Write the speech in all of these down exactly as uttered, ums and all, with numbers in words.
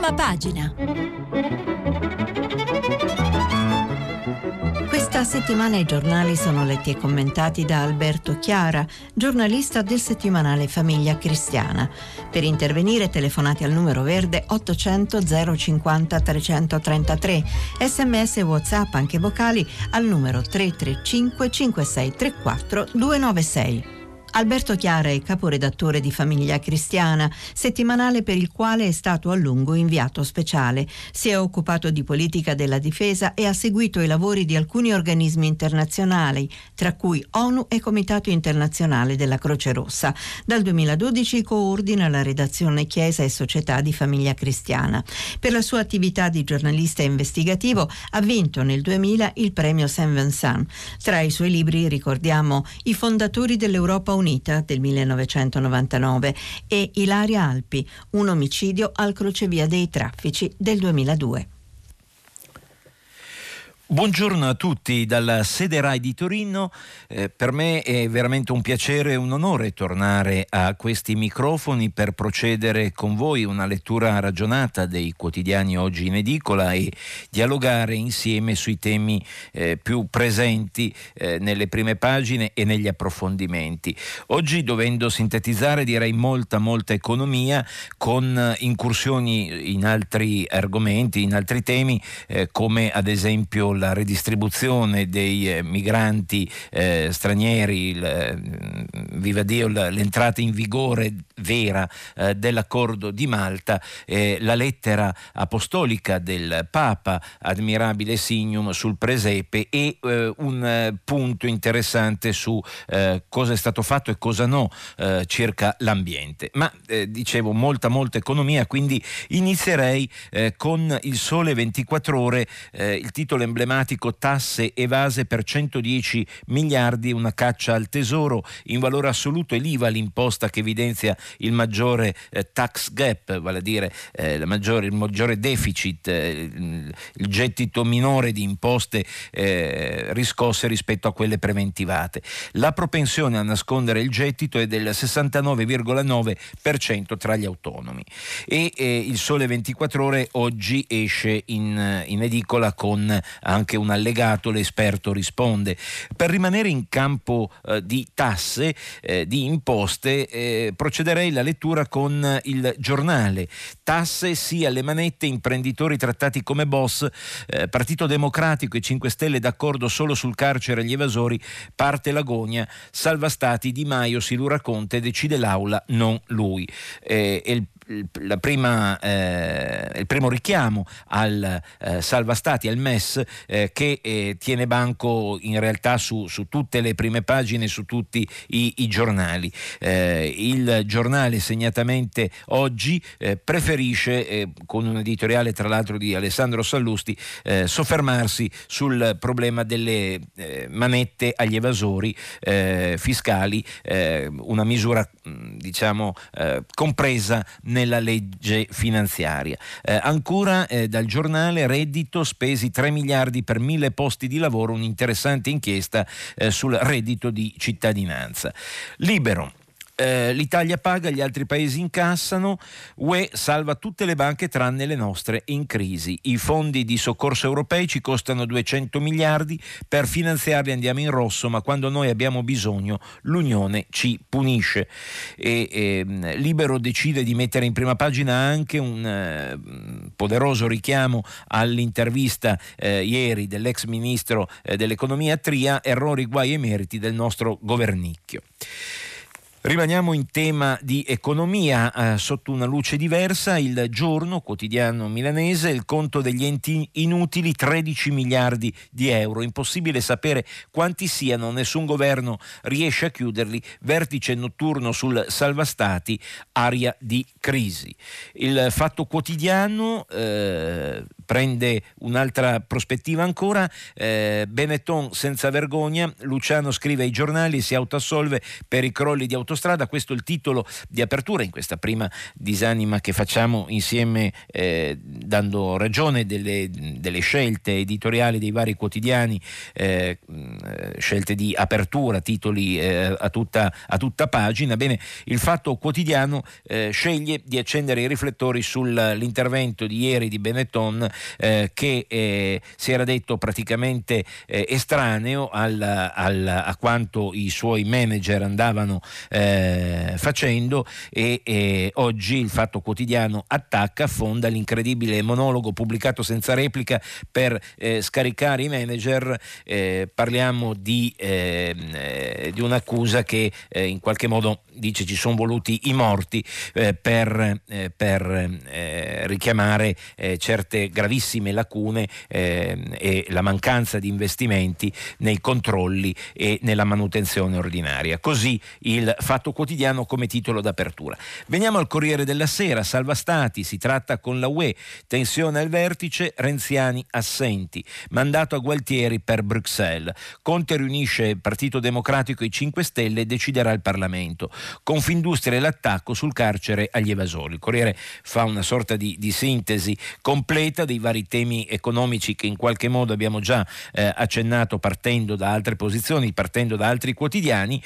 Prima pagina. Questa settimana i giornali sono letti e commentati da Alberto Chiara, giornalista del settimanale Famiglia Cristiana. Per intervenire telefonate al numero verde ottocento zero cinquanta trecentotrentatré, sms e WhatsApp anche vocali al numero tre tre cinque cinque sei tre quattro due nove sei. Alberto Chiara è caporedattore di Famiglia Cristiana, settimanale per il quale è stato a lungo inviato speciale. Si è occupato di politica della difesa e ha seguito i lavori di alcuni organismi internazionali, tra cui ONU e Comitato Internazionale della Croce Rossa. Dal duemiladodici coordina la redazione Chiesa e Società di Famiglia Cristiana. Per la sua attività di giornalista investigativo ha vinto nel duemila il premio Saint Vincent. Tra i suoi libri ricordiamo I fondatori dell'Europa Unita del millenovecentonovantanove e Ilaria Alpi, un omicidio al crocevia dei traffici del duemiladue. Buongiorno a tutti dalla sede Rai di Torino. Eh, per me è veramente un piacere e un onore tornare a questi microfoni per procedere con voi una lettura ragionata dei quotidiani oggi in edicola e dialogare insieme sui temi eh, più presenti eh, nelle prime pagine e negli approfondimenti. Oggi, dovendo sintetizzare, direi molta molta economia con incursioni in altri argomenti, in altri temi eh, come ad esempio la redistribuzione dei eh, migranti eh, stranieri, il, eh, viva Dio, l'entrata in vigore vera eh, dell'accordo di Malta, eh, la lettera apostolica del Papa, Admirabile Signum, sul presepe e eh, un eh, punto interessante su eh, cosa è stato fatto e cosa no eh, circa l'ambiente. Ma eh, dicevo molta molta economia, quindi inizierei eh, con il Sole ventiquattro Ore, eh, il titolo emblematico: tasse evase per centodieci miliardi, una caccia al tesoro. In valore assoluto è l'I V A l'imposta che evidenzia il maggiore eh, tax gap, vale a dire eh, la maggiore, il maggiore deficit, eh, il, il gettito minore di imposte eh, riscosse rispetto a quelle preventivate. La propensione a nascondere il gettito è del sessantanove virgola nove per cento tra gli autonomi. E eh, il Sole ventiquattro Ore oggi esce in, in edicola con anche un allegato, l'esperto risponde. Per rimanere in campo eh, di tasse, eh, di imposte, eh, procederei la lettura con il Giornale. Tasse sì alle manette, imprenditori trattati come boss, eh, Partito Democratico e cinque Stelle d'accordo solo sul carcere agli evasori, parte l'agonia, salva stati, Di Maio, Silura Conte, decide l'Aula, non lui. Eh, e il La prima, eh, il primo richiamo al eh, salva stati, al M E S, eh, che eh, tiene banco in realtà su, su tutte le prime pagine, su tutti i, i giornali. Eh, il Giornale segnatamente oggi eh, preferisce, eh, con un editoriale tra l'altro di Alessandro Sallusti, eh, soffermarsi sul problema delle eh, manette agli evasori eh, fiscali, eh, una misura diciamo eh, compresa nella legge finanziaria. Eh, ancora eh, dal Giornale, reddito, spesi tre miliardi per mille posti di lavoro, un'interessante inchiesta eh, sul reddito di cittadinanza. Libero. Eh, L'Italia paga, gli altri paesi incassano, U E salva tutte le banche tranne le nostre in crisi. I fondi di soccorso europei ci costano duecento miliardi, per finanziarli andiamo in rosso, ma quando noi abbiamo bisogno l'Unione ci punisce. E, e, Libero decide di mettere in prima pagina anche un eh, poderoso richiamo all'intervista eh, ieri dell'ex ministro eh, dell'economia Tria, errori, guai e meriti del nostro governicchio. Rimaniamo in tema di economia eh, sotto una luce diversa. Il Giorno, quotidiano milanese, il conto degli enti inutili, tredici miliardi di euro. Impossibile sapere quanti siano, nessun governo riesce a chiuderli. Vertice notturno sul salva stati, aria di crisi. Il Fatto Quotidiano eh, prende un'altra prospettiva ancora. eh, Benetton senza vergogna, Luciano scrive ai giornali, si autoassolve per i crolli di autostrade autostrada, questo è il titolo di apertura in questa prima disanima che facciamo insieme, eh, dando ragione delle, delle scelte editoriali dei vari quotidiani, eh, scelte di apertura, titoli eh, a, tutta, a tutta pagina. Bene, il Fatto Quotidiano eh, sceglie di accendere i riflettori sull'intervento di ieri di Benetton, eh, che eh, si era detto praticamente eh, estraneo al, al, a quanto i suoi manager andavano eh, facendo, e, e oggi il Fatto Quotidiano attacca, affonda l'incredibile monologo pubblicato senza replica per eh, scaricare i manager. Eh, parliamo di, eh, di un'accusa che eh, in qualche modo dice ci sono voluti i morti eh, per, eh, per eh, richiamare eh, certe gravissime lacune eh, e la mancanza di investimenti nei controlli e nella manutenzione ordinaria. Così il Fatto Quotidiano come titolo d'apertura. Veniamo al Corriere della Sera. Salva Stati, si tratta con la U E, tensione al vertice, renziani assenti, mandato a Gualtieri per Bruxelles. Conte riunisce il Partito Democratico e i cinque Stelle e deciderà il Parlamento. Confindustria e l'attacco sul carcere agli evasori. Il Corriere fa una sorta di, di sintesi completa dei vari temi economici che in qualche modo abbiamo già eh, accennato partendo da altre posizioni, partendo da altri quotidiani.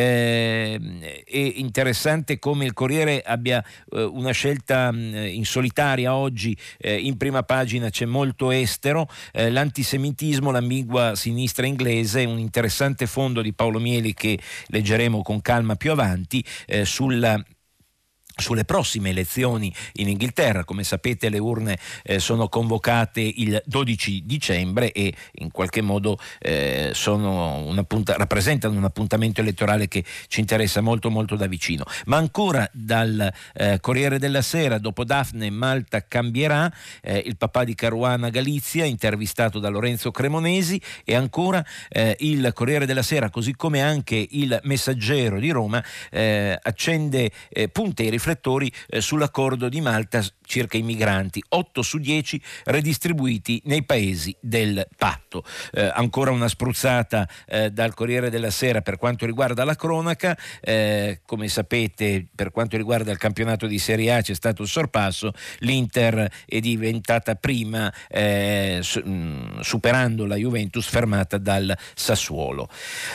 Eh, è interessante come il Corriere abbia eh, una scelta mh, in solitaria oggi. Eh, in prima pagina c'è molto estero, eh, l'antisemitismo, l'ambigua sinistra inglese, un interessante fondo di Paolo Mieli che leggeremo con calma più avanti, eh, sulla sulle prossime elezioni in Inghilterra. Come sapete le urne eh, sono convocate il dodici dicembre e in qualche modo eh, sono un appunta- rappresentano un appuntamento elettorale che ci interessa molto molto da vicino. Ma ancora dal eh, Corriere della Sera, dopo Daphne Malta cambierà, eh, il papà di Caruana Galizia intervistato da Lorenzo Cremonesi, e ancora eh, il Corriere della Sera, così come anche il Messaggero di Roma, eh, accende eh, punta i riflettori Eh, sull'accordo di Malta circa i migranti, otto su dieci redistribuiti nei paesi del patto. Eh, ancora una spruzzata eh, dal Corriere della Sera per quanto riguarda la cronaca. Eh, come sapete, per quanto riguarda il campionato di Serie A c'è stato il sorpasso, l'Inter è diventata prima eh, su, mh, superando la Juventus fermata dal Sassuolo.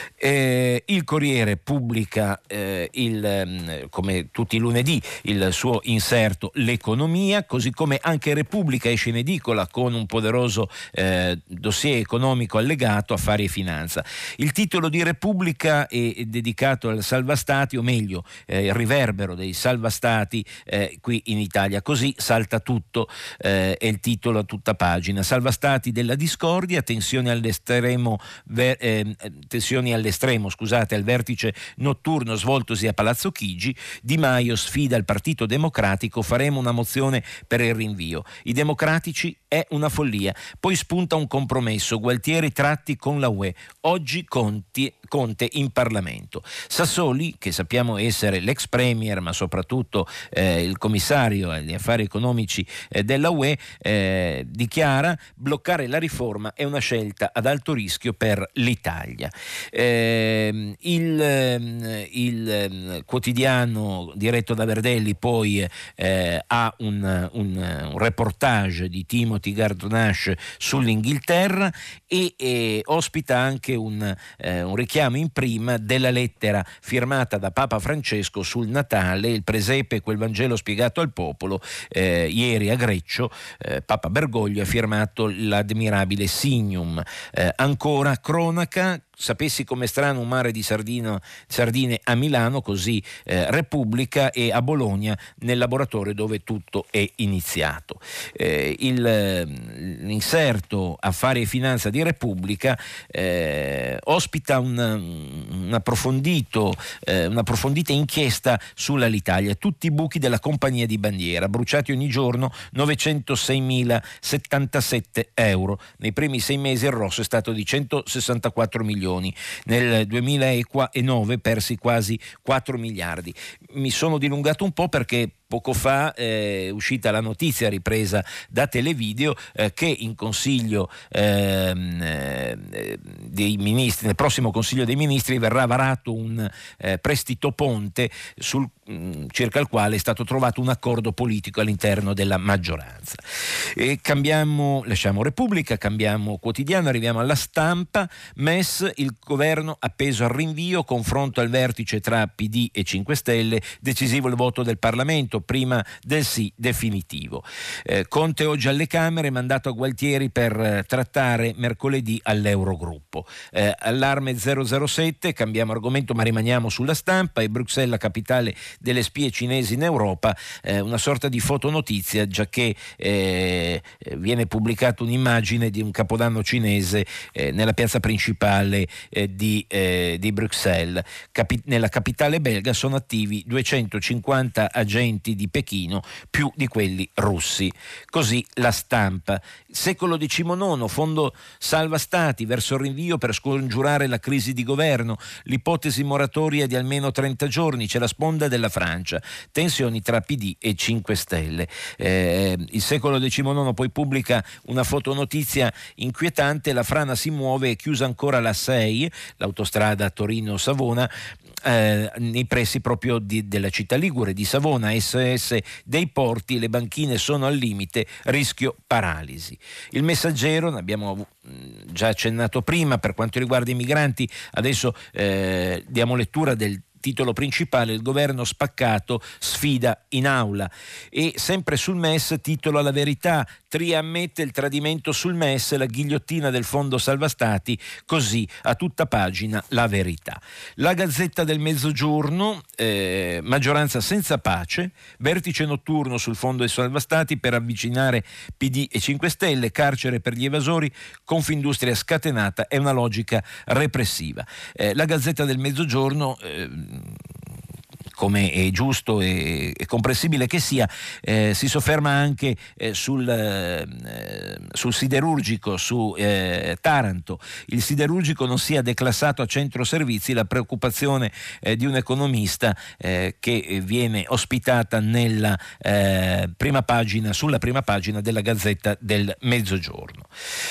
Eh, il Corriere pubblica eh, il, mh, come tutti i lunedì il suo inserto L'Economia, così come anche Repubblica esce in edicola con un poderoso eh, dossier economico allegato, Affari e Finanza. Il titolo di Repubblica è dedicato al Salva Stati, o meglio eh, il riverbero dei Salva Stati eh, qui in Italia. Così salta tutto, eh, è il titolo a tutta pagina. Salva Stati della discordia, tensioni all'estremo, ver, eh, tensioni all'estremo scusate, al vertice notturno svoltosi a Palazzo Chigi. Di Maio sfida il Partito Democratico, faremo una mozione per il rinvio. I democratici è una follia. Poi spunta un compromesso, Gualtieri tratti con la U E. Oggi Conti, Conte in Parlamento. Sassoli, che sappiamo essere l'ex premier ma soprattutto eh, il commissario agli affari economici eh, della U E, eh, dichiara: bloccare la riforma è una scelta ad alto rischio per l'Italia. Eh, il, il quotidiano diretto da Verdelli poi eh, ha un, un, un reportage di Timothy Gardonache sull'Inghilterra e, e ospita anche un, eh, un richiamo in prima della lettera firmata da Papa Francesco sul Natale, il presepe, quel Vangelo spiegato al popolo. Eh, ieri a Greccio eh, Papa Bergoglio ha firmato l'admirabile Signum. Eh, ancora cronaca. Sapessi com'è strano un mare di Sardino, sardine a Milano, così eh, Repubblica, e a Bologna nel laboratorio dove tutto è iniziato. Eh, il, l'inserto Affari e Finanza di Repubblica eh, ospita un, un approfondito, eh, un'approfondita inchiesta sulla Alitalia, tutti i buchi della compagnia di bandiera, bruciati ogni giorno novecentoseimilasettantasette euro. Nei primi sei mesi il rosso è stato di centosessantaquattro milioni. Nel duemilanove persi quasi quattro miliardi. Mi sono dilungato un po' perché poco fa è uscita la notizia ripresa da Televideo eh, che in Consiglio ehm, eh, dei Ministri, nel prossimo Consiglio dei Ministri verrà varato un eh, prestito ponte sul, mh, circa il quale è stato trovato un accordo politico all'interno della maggioranza. E cambiamo, lasciamo Repubblica, cambiamo quotidiano, arriviamo alla Stampa. M E S, il governo appeso al rinvio, confronto al vertice tra P D e cinque Stelle, decisivo il voto del Parlamento prima del sì definitivo. Eh, Conte oggi alle Camere, mandato a Gualtieri per eh, trattare mercoledì all'Eurogruppo. Eh, allarme zero zero sette, cambiamo argomento ma rimaniamo sulla Stampa. E Bruxelles, la capitale delle spie cinesi in Europa, eh, una sorta di fotonotizia, giacché eh, viene pubblicata un'immagine di un capodanno cinese eh, nella piazza principale eh, di, eh, di Bruxelles. Capi- nella capitale belga sono attivi duecentocinquanta agenti di Pechino, più di quelli russi. Così la Stampa. Secolo diciannove, fondo salva stati verso il rinvio per scongiurare la crisi di governo, l'ipotesi moratoria di almeno trenta giorni, c'è la sponda della Francia, tensioni tra P D e cinque Stelle. Eh, il Secolo diciannove poi pubblica una fotonotizia inquietante, la frana si muove, è chiusa ancora la sei, l'autostrada Torino-Savona, Eh, nei pressi proprio di, della città ligure di Savona. S S dei porti, le banchine sono al limite, rischio paralisi. Il Messaggero, ne abbiamo mh, già accennato prima, per quanto riguarda i migranti, adesso eh, diamo lettura del titolo principale: il governo spaccato sfida in aula. E sempre sul M E S, titolo alla Verità: Tria ammette il tradimento sul M E S, la ghigliottina del fondo salva stati, così a tutta pagina La Verità. La Gazzetta del Mezzogiorno, eh, maggioranza senza pace, vertice notturno sul fondo salva stati per avvicinare P D e cinque Stelle, carcere per gli evasori, Confindustria scatenata, è una logica repressiva. Eh, la Gazzetta del Mezzogiorno, eh, come è giusto e, e comprensibile che sia, eh, si sofferma anche eh, sul, eh, sul siderurgico, su eh, Taranto. Il siderurgico non sia declassato a centro servizi, la preoccupazione eh, di un economista eh, che viene ospitata nella eh, prima pagina, sulla prima pagina della Gazzetta del Mezzogiorno.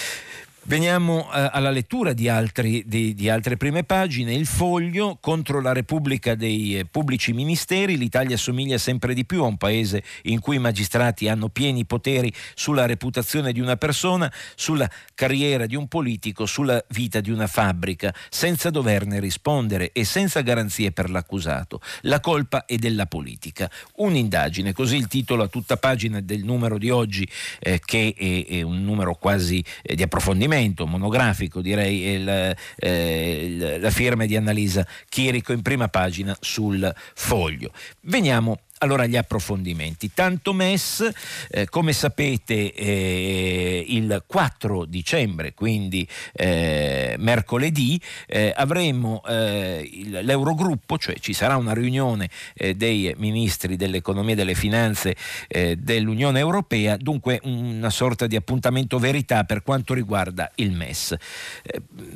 Veniamo eh, alla lettura di, altri, di, di altre prime pagine. Il Foglio, contro la Repubblica dei eh, pubblici ministeri, l'Italia assomiglia sempre di più a un paese in cui i magistrati hanno pieni poteri sulla reputazione di una persona, sulla carriera di un politico, sulla vita di una fabbrica, senza doverne rispondere e senza garanzie per l'accusato. La colpa è della politica. Un'indagine, così il titolo a tutta pagina del numero di oggi, eh, che è, è un numero quasi eh, di approfondimento, monografico direi, il, eh, la firma di Annalisa Chirico in prima pagina sul Foglio. Veniamo allora agli approfondimenti. Tanto M E S, eh, come sapete eh, il quattro dicembre, quindi eh, mercoledì, eh, avremo eh, il, l'Eurogruppo, cioè ci sarà una riunione eh, dei ministri dell'economia e delle finanze eh, dell'Unione Europea, dunque una sorta di appuntamento verità per quanto riguarda il M E S. Eh,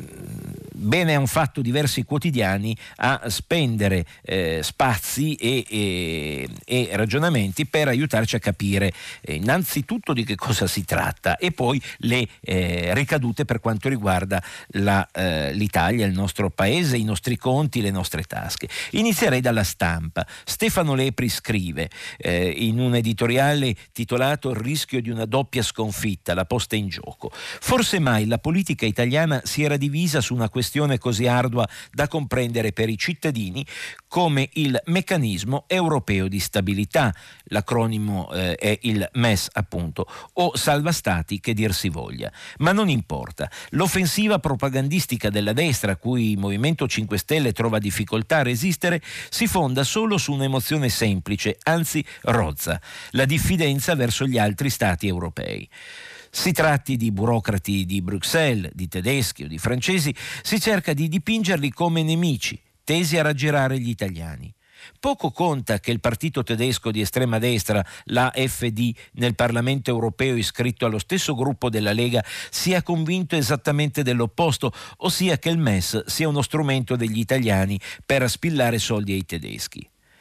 bene hanno fatto diversi quotidiani a spendere eh, spazi e, e e ragionamenti per aiutarci a capire eh, innanzitutto di che cosa si tratta e poi le eh, ricadute per quanto riguarda la, eh, l'Italia, il nostro paese, i nostri conti, le nostre tasche. Inizierei dalla Stampa. Stefano Lepri scrive eh, in un editoriale titolato Il rischio di una doppia sconfitta, la posta in gioco: forse mai la politica italiana si era divisa su una questione così ardua da comprendere per i cittadini come il meccanismo europeo di stabilità, l'acronimo eh, è il M E S appunto, o salva stati che dir si voglia. Ma non importa, l'offensiva propagandistica della destra, a cui il Movimento cinque Stelle trova difficoltà a resistere, si fonda solo su un'emozione semplice, anzi rozza: la diffidenza verso gli altri stati europei. Si tratti di burocrati di Bruxelles, di tedeschi o di francesi, si cerca di dipingerli come nemici, tesi a raggirare gli italiani. Poco conta che il partito tedesco di estrema destra, l'A F D, nel Parlamento europeo iscritto allo stesso gruppo della Lega, sia convinto esattamente dell'opposto, ossia che il M E S sia uno strumento degli italiani per spillare soldi ai tedeschi.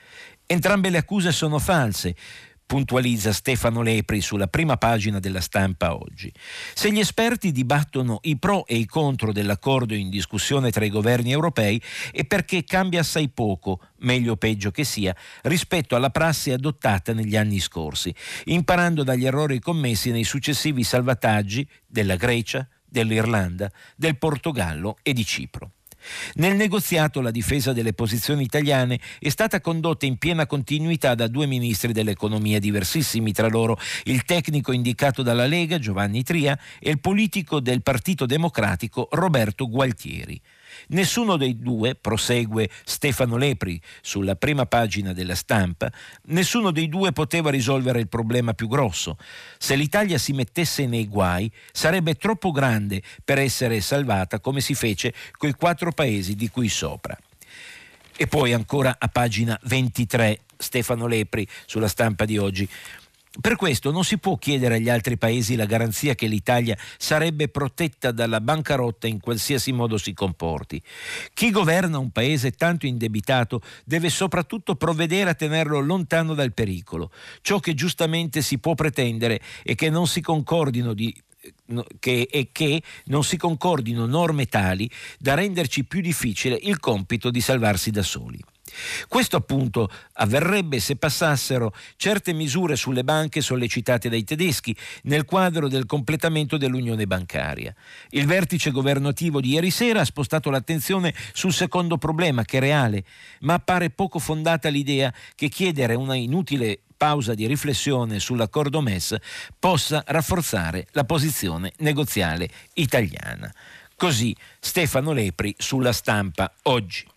Entrambe le accuse sono false, puntualizza Stefano Lepri sulla prima pagina della Stampa oggi. Se gli esperti dibattono i pro e i contro dell'accordo in discussione tra i governi europei è perché cambia assai poco, meglio o peggio che sia, rispetto alla prassi adottata negli anni scorsi, imparando dagli errori commessi nei successivi salvataggi della Grecia, dell'Irlanda, del Portogallo e di Cipro. Nel negoziato la difesa delle posizioni italiane è stata condotta in piena continuità da due ministri dell'economia diversissimi tra loro, il tecnico indicato dalla Lega Giovanni Tria e il politico del Partito Democratico Roberto Gualtieri. Nessuno dei due, prosegue Stefano Lepri sulla prima pagina della Stampa, nessuno dei due poteva risolvere il problema più grosso. Se l'Italia si mettesse nei guai, sarebbe troppo grande per essere salvata come si fece coi quattro paesi di cui sopra. E poi ancora a pagina ventitré, Stefano Lepri sulla Stampa di oggi. Per questo non si può chiedere agli altri paesi la garanzia che l'Italia sarebbe protetta dalla bancarotta in qualsiasi modo si comporti. Chi governa un paese tanto indebitato deve soprattutto provvedere a tenerlo lontano dal pericolo. Ciò che giustamente si può pretendere è che non si concordino di Che, e che non si concordino norme tali da renderci più difficile il compito di salvarsi da soli. Questo appunto avverrebbe se passassero certe misure sulle banche sollecitate dai tedeschi nel quadro del completamento dell'unione bancaria. Il vertice governativo di ieri sera ha spostato l'attenzione sul secondo problema, che è reale, ma appare poco fondata l'idea che chiedere una inutile pausa di riflessione sull'accordo M E S possa rafforzare la posizione negoziale italiana. Così Stefano Lepri sulla Stampa oggi.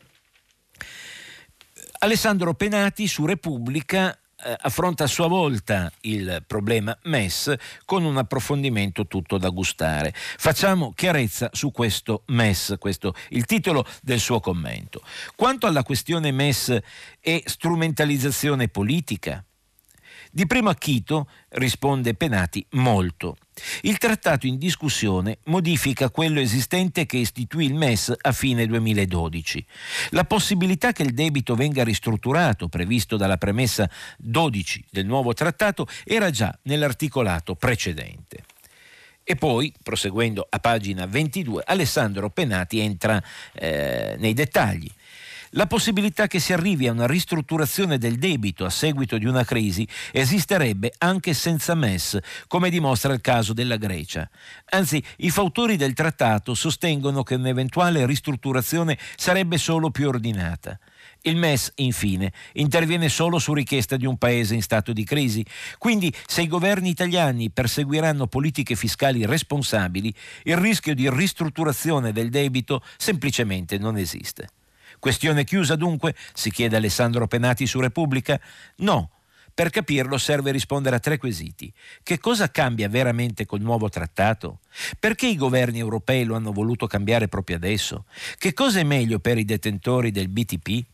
Alessandro Penati su Repubblica eh, affronta a sua volta il problema M E S con un approfondimento tutto da gustare. Facciamo chiarezza su questo M E S, questo il titolo del suo commento. Quanto alla questione M E S e strumentalizzazione politica? Di primo acchito, risponde Penati, molto. Il trattato in discussione modifica quello esistente che istituì il M E S a fine duemiladodici. La possibilità che il debito venga ristrutturato, previsto dalla premessa dodici del nuovo trattato, era già nell'articolato precedente. E poi, proseguendo a pagina ventidue, Alessandro Penati entra eh, nei dettagli. La possibilità che si arrivi a una ristrutturazione del debito a seguito di una crisi esisterebbe anche senza M E S, come dimostra il caso della Grecia. Anzi, i fautori del trattato sostengono che un'eventuale ristrutturazione sarebbe solo più ordinata. Il M E S, infine, interviene solo su richiesta di un paese in stato di crisi. Quindi, se i governi italiani perseguiranno politiche fiscali responsabili, il rischio di ristrutturazione del debito semplicemente non esiste. Questione chiusa dunque? Si chiede Alessandro Penati su Repubblica? No. Per capirlo serve rispondere a tre quesiti. Che cosa cambia veramente col nuovo trattato? Perché i governi europei lo hanno voluto cambiare proprio adesso? Che cosa è meglio per i detentori del B T P?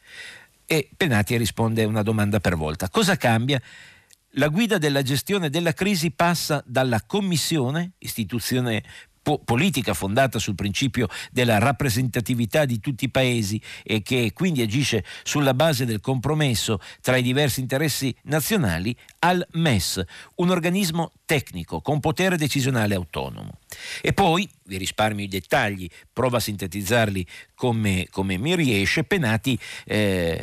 E Penati risponde una domanda per volta. Cosa cambia? La guida della gestione della crisi passa dalla Commissione, istituzione politica fondata sul principio della rappresentatività di tutti i paesi e che quindi agisce sulla base del compromesso tra i diversi interessi nazionali, al M E S, un organismo tecnico con potere decisionale autonomo. E poi, vi risparmio i dettagli, provo a sintetizzarli come, come mi riesce, Penati eh,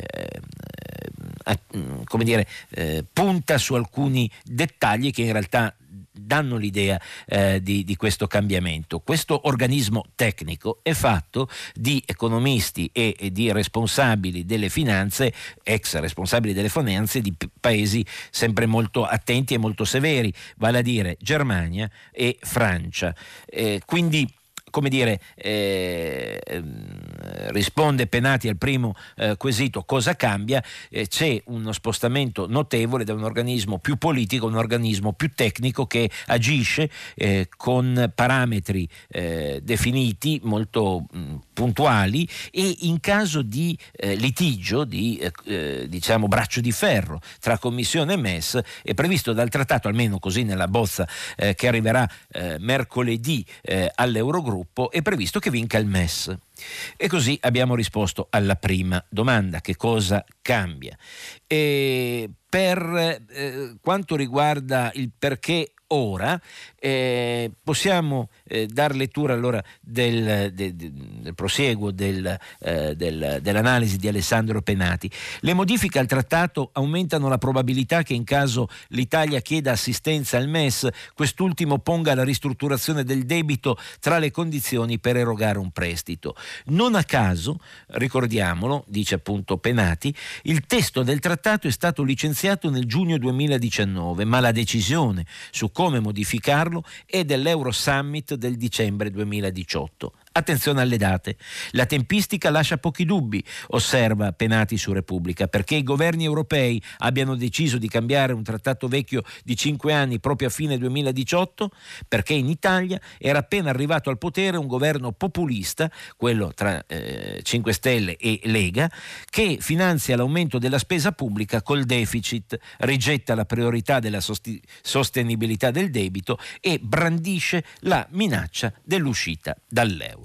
eh, come dire, eh, punta su alcuni dettagli che in realtà danno l'idea eh, di, di questo cambiamento. Questo organismo tecnico è fatto di economisti e, e di responsabili delle finanze, ex responsabili delle finanze di p- paesi sempre molto attenti e molto severi, vale a dire Germania e Francia. Eh, quindi come dire, eh, risponde Penati al primo eh, quesito, cosa cambia? Eh, c'è uno spostamento notevole da un organismo più politico a un organismo più tecnico che agisce eh, con parametri eh, definiti, molto mh, puntuali, e in caso di eh, litigio, di eh, diciamo braccio di ferro tra Commissione e M E S, è previsto dal trattato, almeno così nella bozza eh, che arriverà eh, mercoledì eh, all'Eurogruppo, è previsto che vinca il M E S. E così abbiamo risposto alla prima domanda: che cosa cambia? E per eh, quanto riguarda il perché ora, eh, possiamo eh, dar lettura allora del, del, del prosieguo del, eh, del, dell'analisi di Alessandro Penati. Le modifiche al trattato aumentano la probabilità che in caso l'Italia chieda assistenza al M E S, quest'ultimo ponga la ristrutturazione del debito tra le condizioni per erogare un prestito. Non a caso, ricordiamolo, dice appunto Penati, il testo del trattato è stato licenziato nel giugno duemiladiciannove, ma la decisione su come modificarlo è dell'Euro Summit del dicembre duemiladiciotto. Attenzione alle date. La tempistica lascia pochi dubbi, osserva Penati su Repubblica, perché i governi europei abbiano deciso di cambiare un trattato vecchio di cinque anni proprio a fine duemiladiciotto, perché in Italia era appena arrivato al potere un governo populista, quello tra eh, cinque Stelle e Lega, che finanzia l'aumento della spesa pubblica col deficit, rigetta la priorità della sosti- sostenibilità del debito e brandisce la minaccia dell'uscita dall'euro.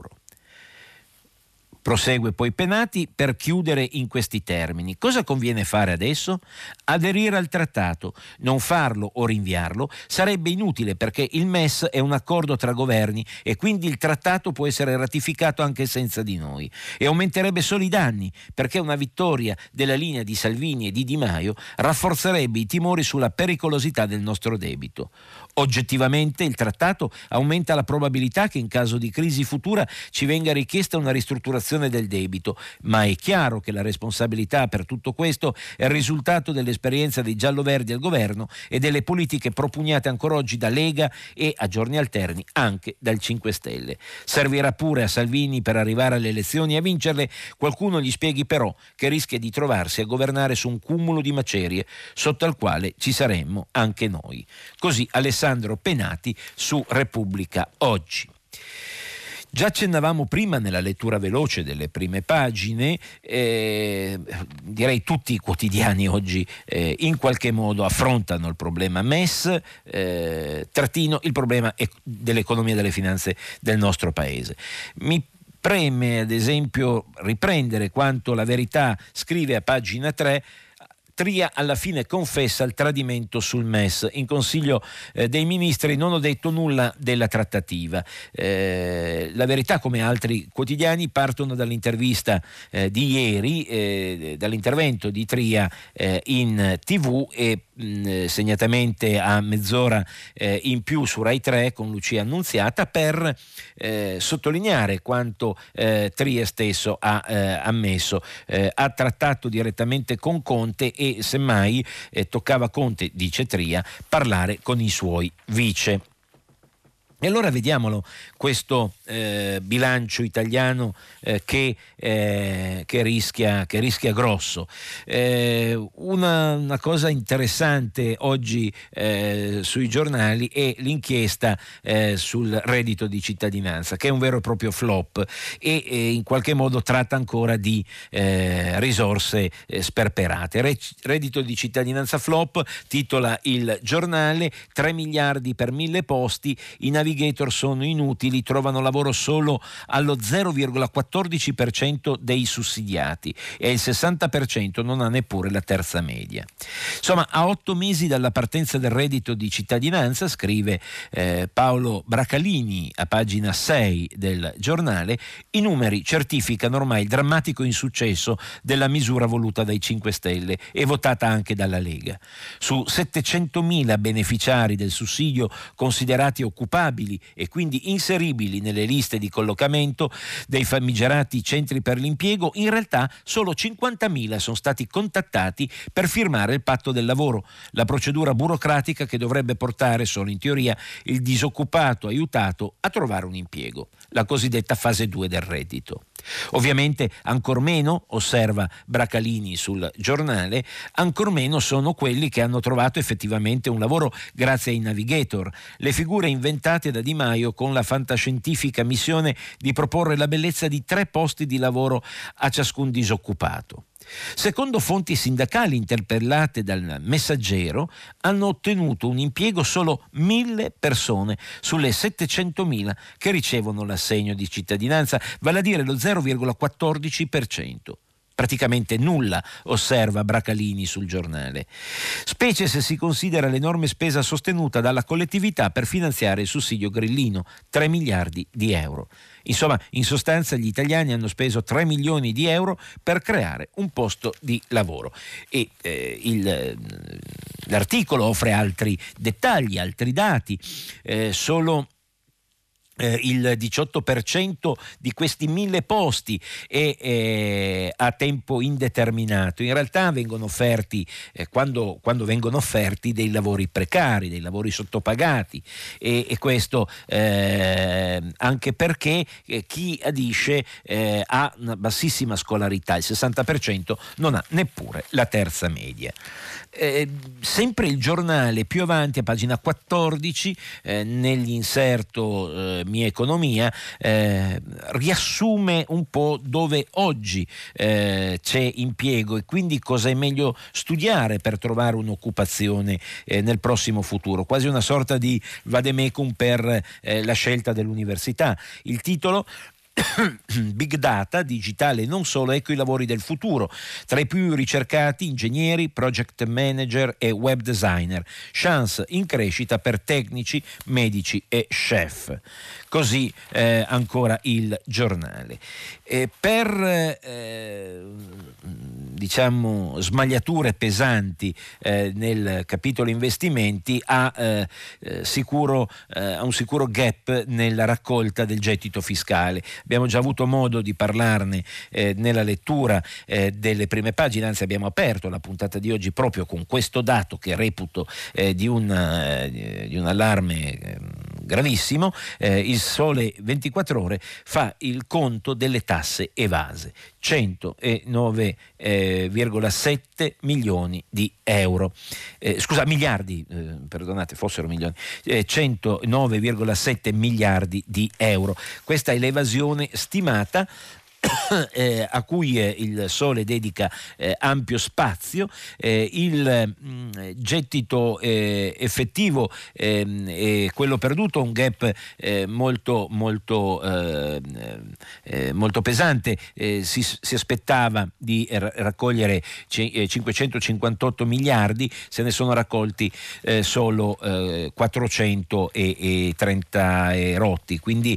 Prosegue poi Penati per chiudere in questi termini. Cosa conviene fare adesso? Aderire al trattato. Non farlo o rinviarlo sarebbe inutile, perché il M E S è un accordo tra governi e quindi il trattato può essere ratificato anche senza di noi, e aumenterebbe solo i danni, perché una vittoria della linea di Salvini e di Di Maio rafforzerebbe i timori sulla pericolosità del nostro debito. Oggettivamente il trattato aumenta la probabilità che in caso di crisi futura ci venga richiesta una ristrutturazione del debito, ma è chiaro che la responsabilità per tutto questo è il risultato dell'esperienza dei giallo-verdi al governo e delle politiche propugnate ancora oggi da Lega e, a giorni alterni, anche dal cinque Stelle. Servirà pure a Salvini, per arrivare alle elezioni e a vincerle, qualcuno gli spieghi però che rischia di trovarsi a governare su un cumulo di macerie sotto al quale ci saremmo anche noi. Così Alessandro Penati su Repubblica Oggi. Già accennavamo prima nella lettura veloce delle prime pagine, eh, direi tutti i quotidiani oggi eh, in qualche modo affrontano il problema M E S, eh, trattino il problema dell'economia e delle finanze del nostro paese. Mi preme ad esempio riprendere quanto La Verità scrive a pagina tre. Tria alla fine confessa il tradimento sul M E S. In Consiglio eh, dei Ministri non ho detto nulla della trattativa. Eh, la Verità, come altri quotidiani, partono dall'intervista eh, di ieri, eh, dall'intervento di Tria eh, in tivù e mh, segnatamente a mezz'ora eh, in più su Rai tre con Lucia Annunziata, per eh, sottolineare quanto eh, Tria stesso ha eh, ammesso. Eh, ha trattato direttamente con Conte e semmai eh, toccava a Conte, dice Tria, parlare con i suoi vice. E allora vediamolo questo eh, bilancio italiano eh, che, eh, che, rischia, che rischia grosso. Eh, una, una cosa interessante oggi eh, sui giornali è l'inchiesta eh, sul reddito di cittadinanza, che è un vero e proprio flop e eh, in qualche modo tratta ancora di eh, risorse eh, sperperate. Re- reddito di cittadinanza flop, titola il giornale, tre miliardi per mille posti, i navigatori sono inutili, trovano lavoro solo allo zero virgola quattordici per cento dei sussidiati e il sessanta per cento non ha neppure la terza media. Insomma, a otto mesi dalla partenza del reddito di cittadinanza, scrive eh, Paolo Bracalini a pagina sei del giornale, i numeri certificano ormai il drammatico insuccesso della misura voluta dai cinque Stelle e votata anche dalla Lega. Su settecentomila beneficiari del sussidio considerati occupabili e quindi inseribili nelle liste di collocamento dei famigerati centri per l'impiego, in realtà solo cinquantamila sono stati contattati per firmare il patto del lavoro, la procedura burocratica che dovrebbe portare solo in teoria il disoccupato aiutato a trovare un impiego, la cosiddetta fase due del reddito. Ovviamente ancor meno, osserva Bracalini sul giornale, ancor meno sono quelli che hanno trovato effettivamente un lavoro grazie ai navigator, le figure inventate da Di Maio con la fantascientifica missione di proporre la bellezza di tre posti di lavoro a ciascun disoccupato. Secondo fonti sindacali interpellate dal Messaggero, hanno ottenuto un impiego solo mille persone sulle settecentomila che ricevono l'assegno di cittadinanza, vale a dire lo zero virgola quattordici per cento. Praticamente nulla, osserva Bracalini sul Giornale, specie se si considera l'enorme spesa sostenuta dalla collettività per finanziare il sussidio grillino, tre miliardi di euro. Insomma, in sostanza gli italiani hanno speso tre milioni di euro per creare un posto di lavoro e eh, il, l'articolo offre altri dettagli, altri dati, eh, solo Eh, il diciotto per cento di questi mille posti è eh, a tempo indeterminato. In realtà vengono offerti, eh, quando, quando vengono offerti dei lavori precari, dei lavori sottopagati e, e questo eh, anche perché eh, chi adisce eh, ha una bassissima scolarità, il sessanta per cento non ha neppure la terza media. Eh, sempre il Giornale più avanti a pagina quattordici eh, nell'inserto eh, Mia Economia eh, riassume un po' dove oggi eh, c'è impiego e quindi cosa è meglio studiare per trovare un'occupazione eh, nel prossimo futuro, quasi una sorta di vademecum per eh, la scelta dell'università. Il titolo: Big Data, digitale non solo, ecco i lavori del futuro. Tra i più ricercati ingegneri, project manager e web designer. Chance in crescita per tecnici, medici e chef. Così eh, ancora il Giornale. E per eh, diciamo smagliature pesanti eh, nel capitolo investimenti ha, eh, sicuro, eh, ha un sicuro gap nella raccolta del gettito fiscale. Abbiamo già avuto modo di parlarne eh, nella lettura eh, delle prime pagine, anzi abbiamo aperto la puntata di oggi proprio con questo dato che reputo eh, di, un, eh, di un allarme eh, gravissimo. Eh, il Sole ventiquattro Ore fa il conto delle tasse evase, centonove virgola sette milioni di euro, eh, scusa miliardi, eh, perdonate fossero milioni, eh, centonove virgola sette miliardi di euro. Questa è l'evasione stimata Eh, a cui eh, il Sole dedica eh, ampio spazio. Eh, il mh, gettito eh, effettivo eh, e quello perduto, un gap eh, molto molto eh, eh, molto pesante. Eh, si, si aspettava di r- raccogliere c- cinquecentocinquantotto miliardi, se ne sono raccolti eh, solo eh, quattrocentotrenta e rotti, quindi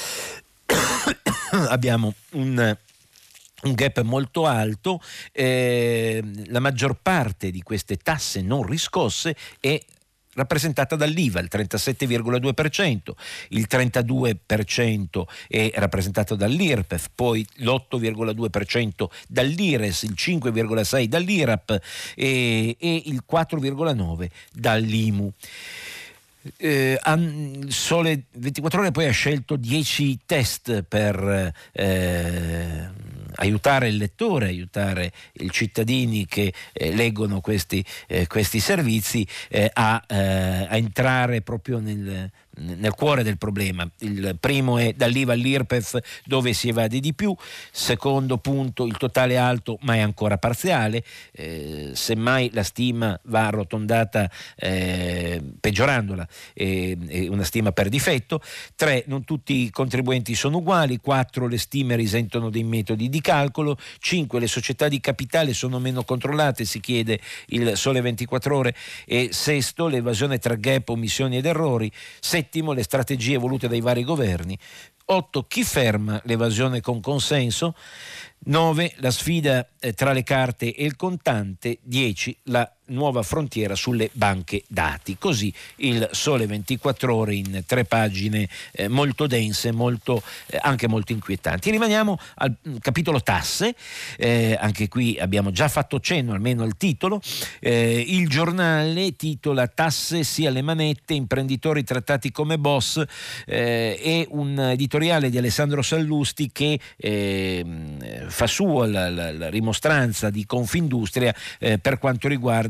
abbiamo un, un gap molto alto. Eh, la maggior parte di queste tasse non riscosse è rappresentata dall'I V A, il trentasette virgola due per cento, il trentadue per cento è rappresentato dall'I R P E F, poi l'otto virgola due per cento dall'I R E S, il cinque virgola sei per cento dall'I R A P e, e il quattro virgola nove per cento dall'I M U. Eh, il Sole ventiquattro Ore poi ha scelto dieci test per eh, aiutare il lettore, aiutare i cittadini che eh, leggono questi, eh, questi servizi eh, a, eh, a entrare proprio nel, nel cuore del problema. Il primo è dall'I V A all'I R P E F, dove si evade di più. Secondo punto, il totale è alto ma è ancora parziale, eh, semmai la stima va arrotondata eh, peggiorandola, eh, è una stima per difetto. Tre, non tutti i contribuenti sono uguali. Quattro, le stime risentono dei metodi di calcolo. Cinque, le società di capitale sono meno controllate, si chiede il Sole ventiquattro Ore. E sesto, l'evasione tra gap, omissioni ed errori. Settimo, le strategie volute dai vari governi. Otto, chi ferma l'evasione con consenso? Nove, la sfida eh, tra le carte e il contante. Dieci, la nuova frontiera sulle banche dati. Così il Sole ventiquattro Ore in tre pagine eh, molto dense, molto, eh, anche molto inquietanti. Rimaniamo al capitolo tasse, eh, anche qui abbiamo già fatto cenno almeno al titolo. Eh, il Giornale titola "Tasse sì alle manette, imprenditori trattati come boss", eh, è un editoriale di Alessandro Sallusti che eh, fa suo la, la, la rimostranza di Confindustria eh, per quanto riguarda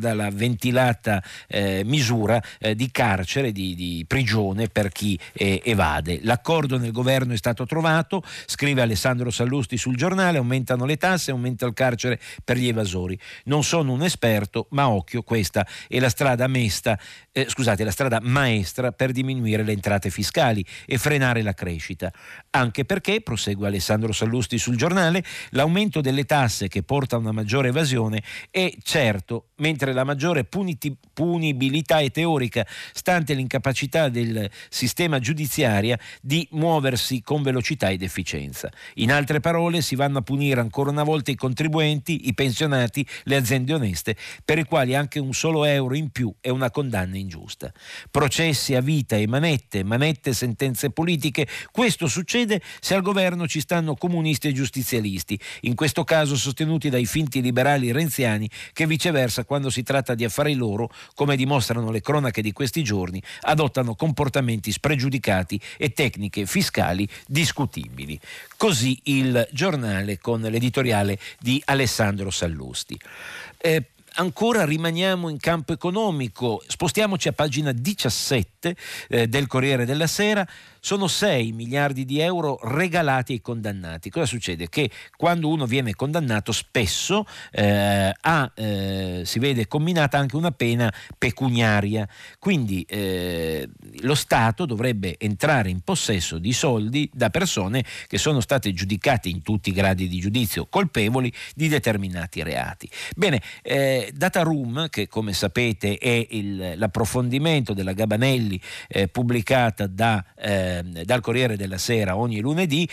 riguarda la ventilata eh, misura eh, di carcere, di, di prigione per chi eh, evade. L'accordo nel governo è stato trovato, scrive Alessandro Sallusti sul Giornale, aumentano le tasse, aumenta il carcere per gli evasori. Non sono un esperto, ma occhio, questa è la strada mesta, eh, scusate, la strada maestra per diminuire le entrate fiscali e frenare la crescita. Anche perché, prosegue Alessandro Sallusti sul Giornale, l'aumento delle tasse che porta a una maggiore evasione è certo, mentre la maggiore puniti- punibilità è teorica, stante l'incapacità del sistema giudiziario di muoversi con velocità ed efficienza. In altre parole, si vanno a punire ancora una volta i contribuenti, i pensionati, le aziende oneste, per i quali anche un solo euro in più è una condanna ingiusta. Processi a vita e manette, manette sentenze politiche, questo succede se al governo ci stanno comunisti e giustizialisti, in questo caso sostenuti dai finti liberali renziani che viceversa, quando si tratta di affari loro, come dimostrano le cronache di questi giorni, adottano comportamenti spregiudicati e tecniche fiscali discutibili. Così il Giornale con l'editoriale di Alessandro Sallusti. Eh, Ancora rimaniamo in campo economico, spostiamoci a pagina diciassette eh, del Corriere della Sera. Sono sei miliardi di euro regalati ai condannati. Cosa succede? Che quando uno viene condannato spesso eh, ha, eh, si vede comminata anche una pena pecuniaria, quindi eh, lo Stato dovrebbe entrare in possesso di soldi da persone che sono state giudicate in tutti i gradi di giudizio colpevoli di determinati reati. Bene, eh, Dataroom, che come sapete è il, l'approfondimento della Gabanelli eh, pubblicata da eh, dal Corriere della Sera ogni lunedì,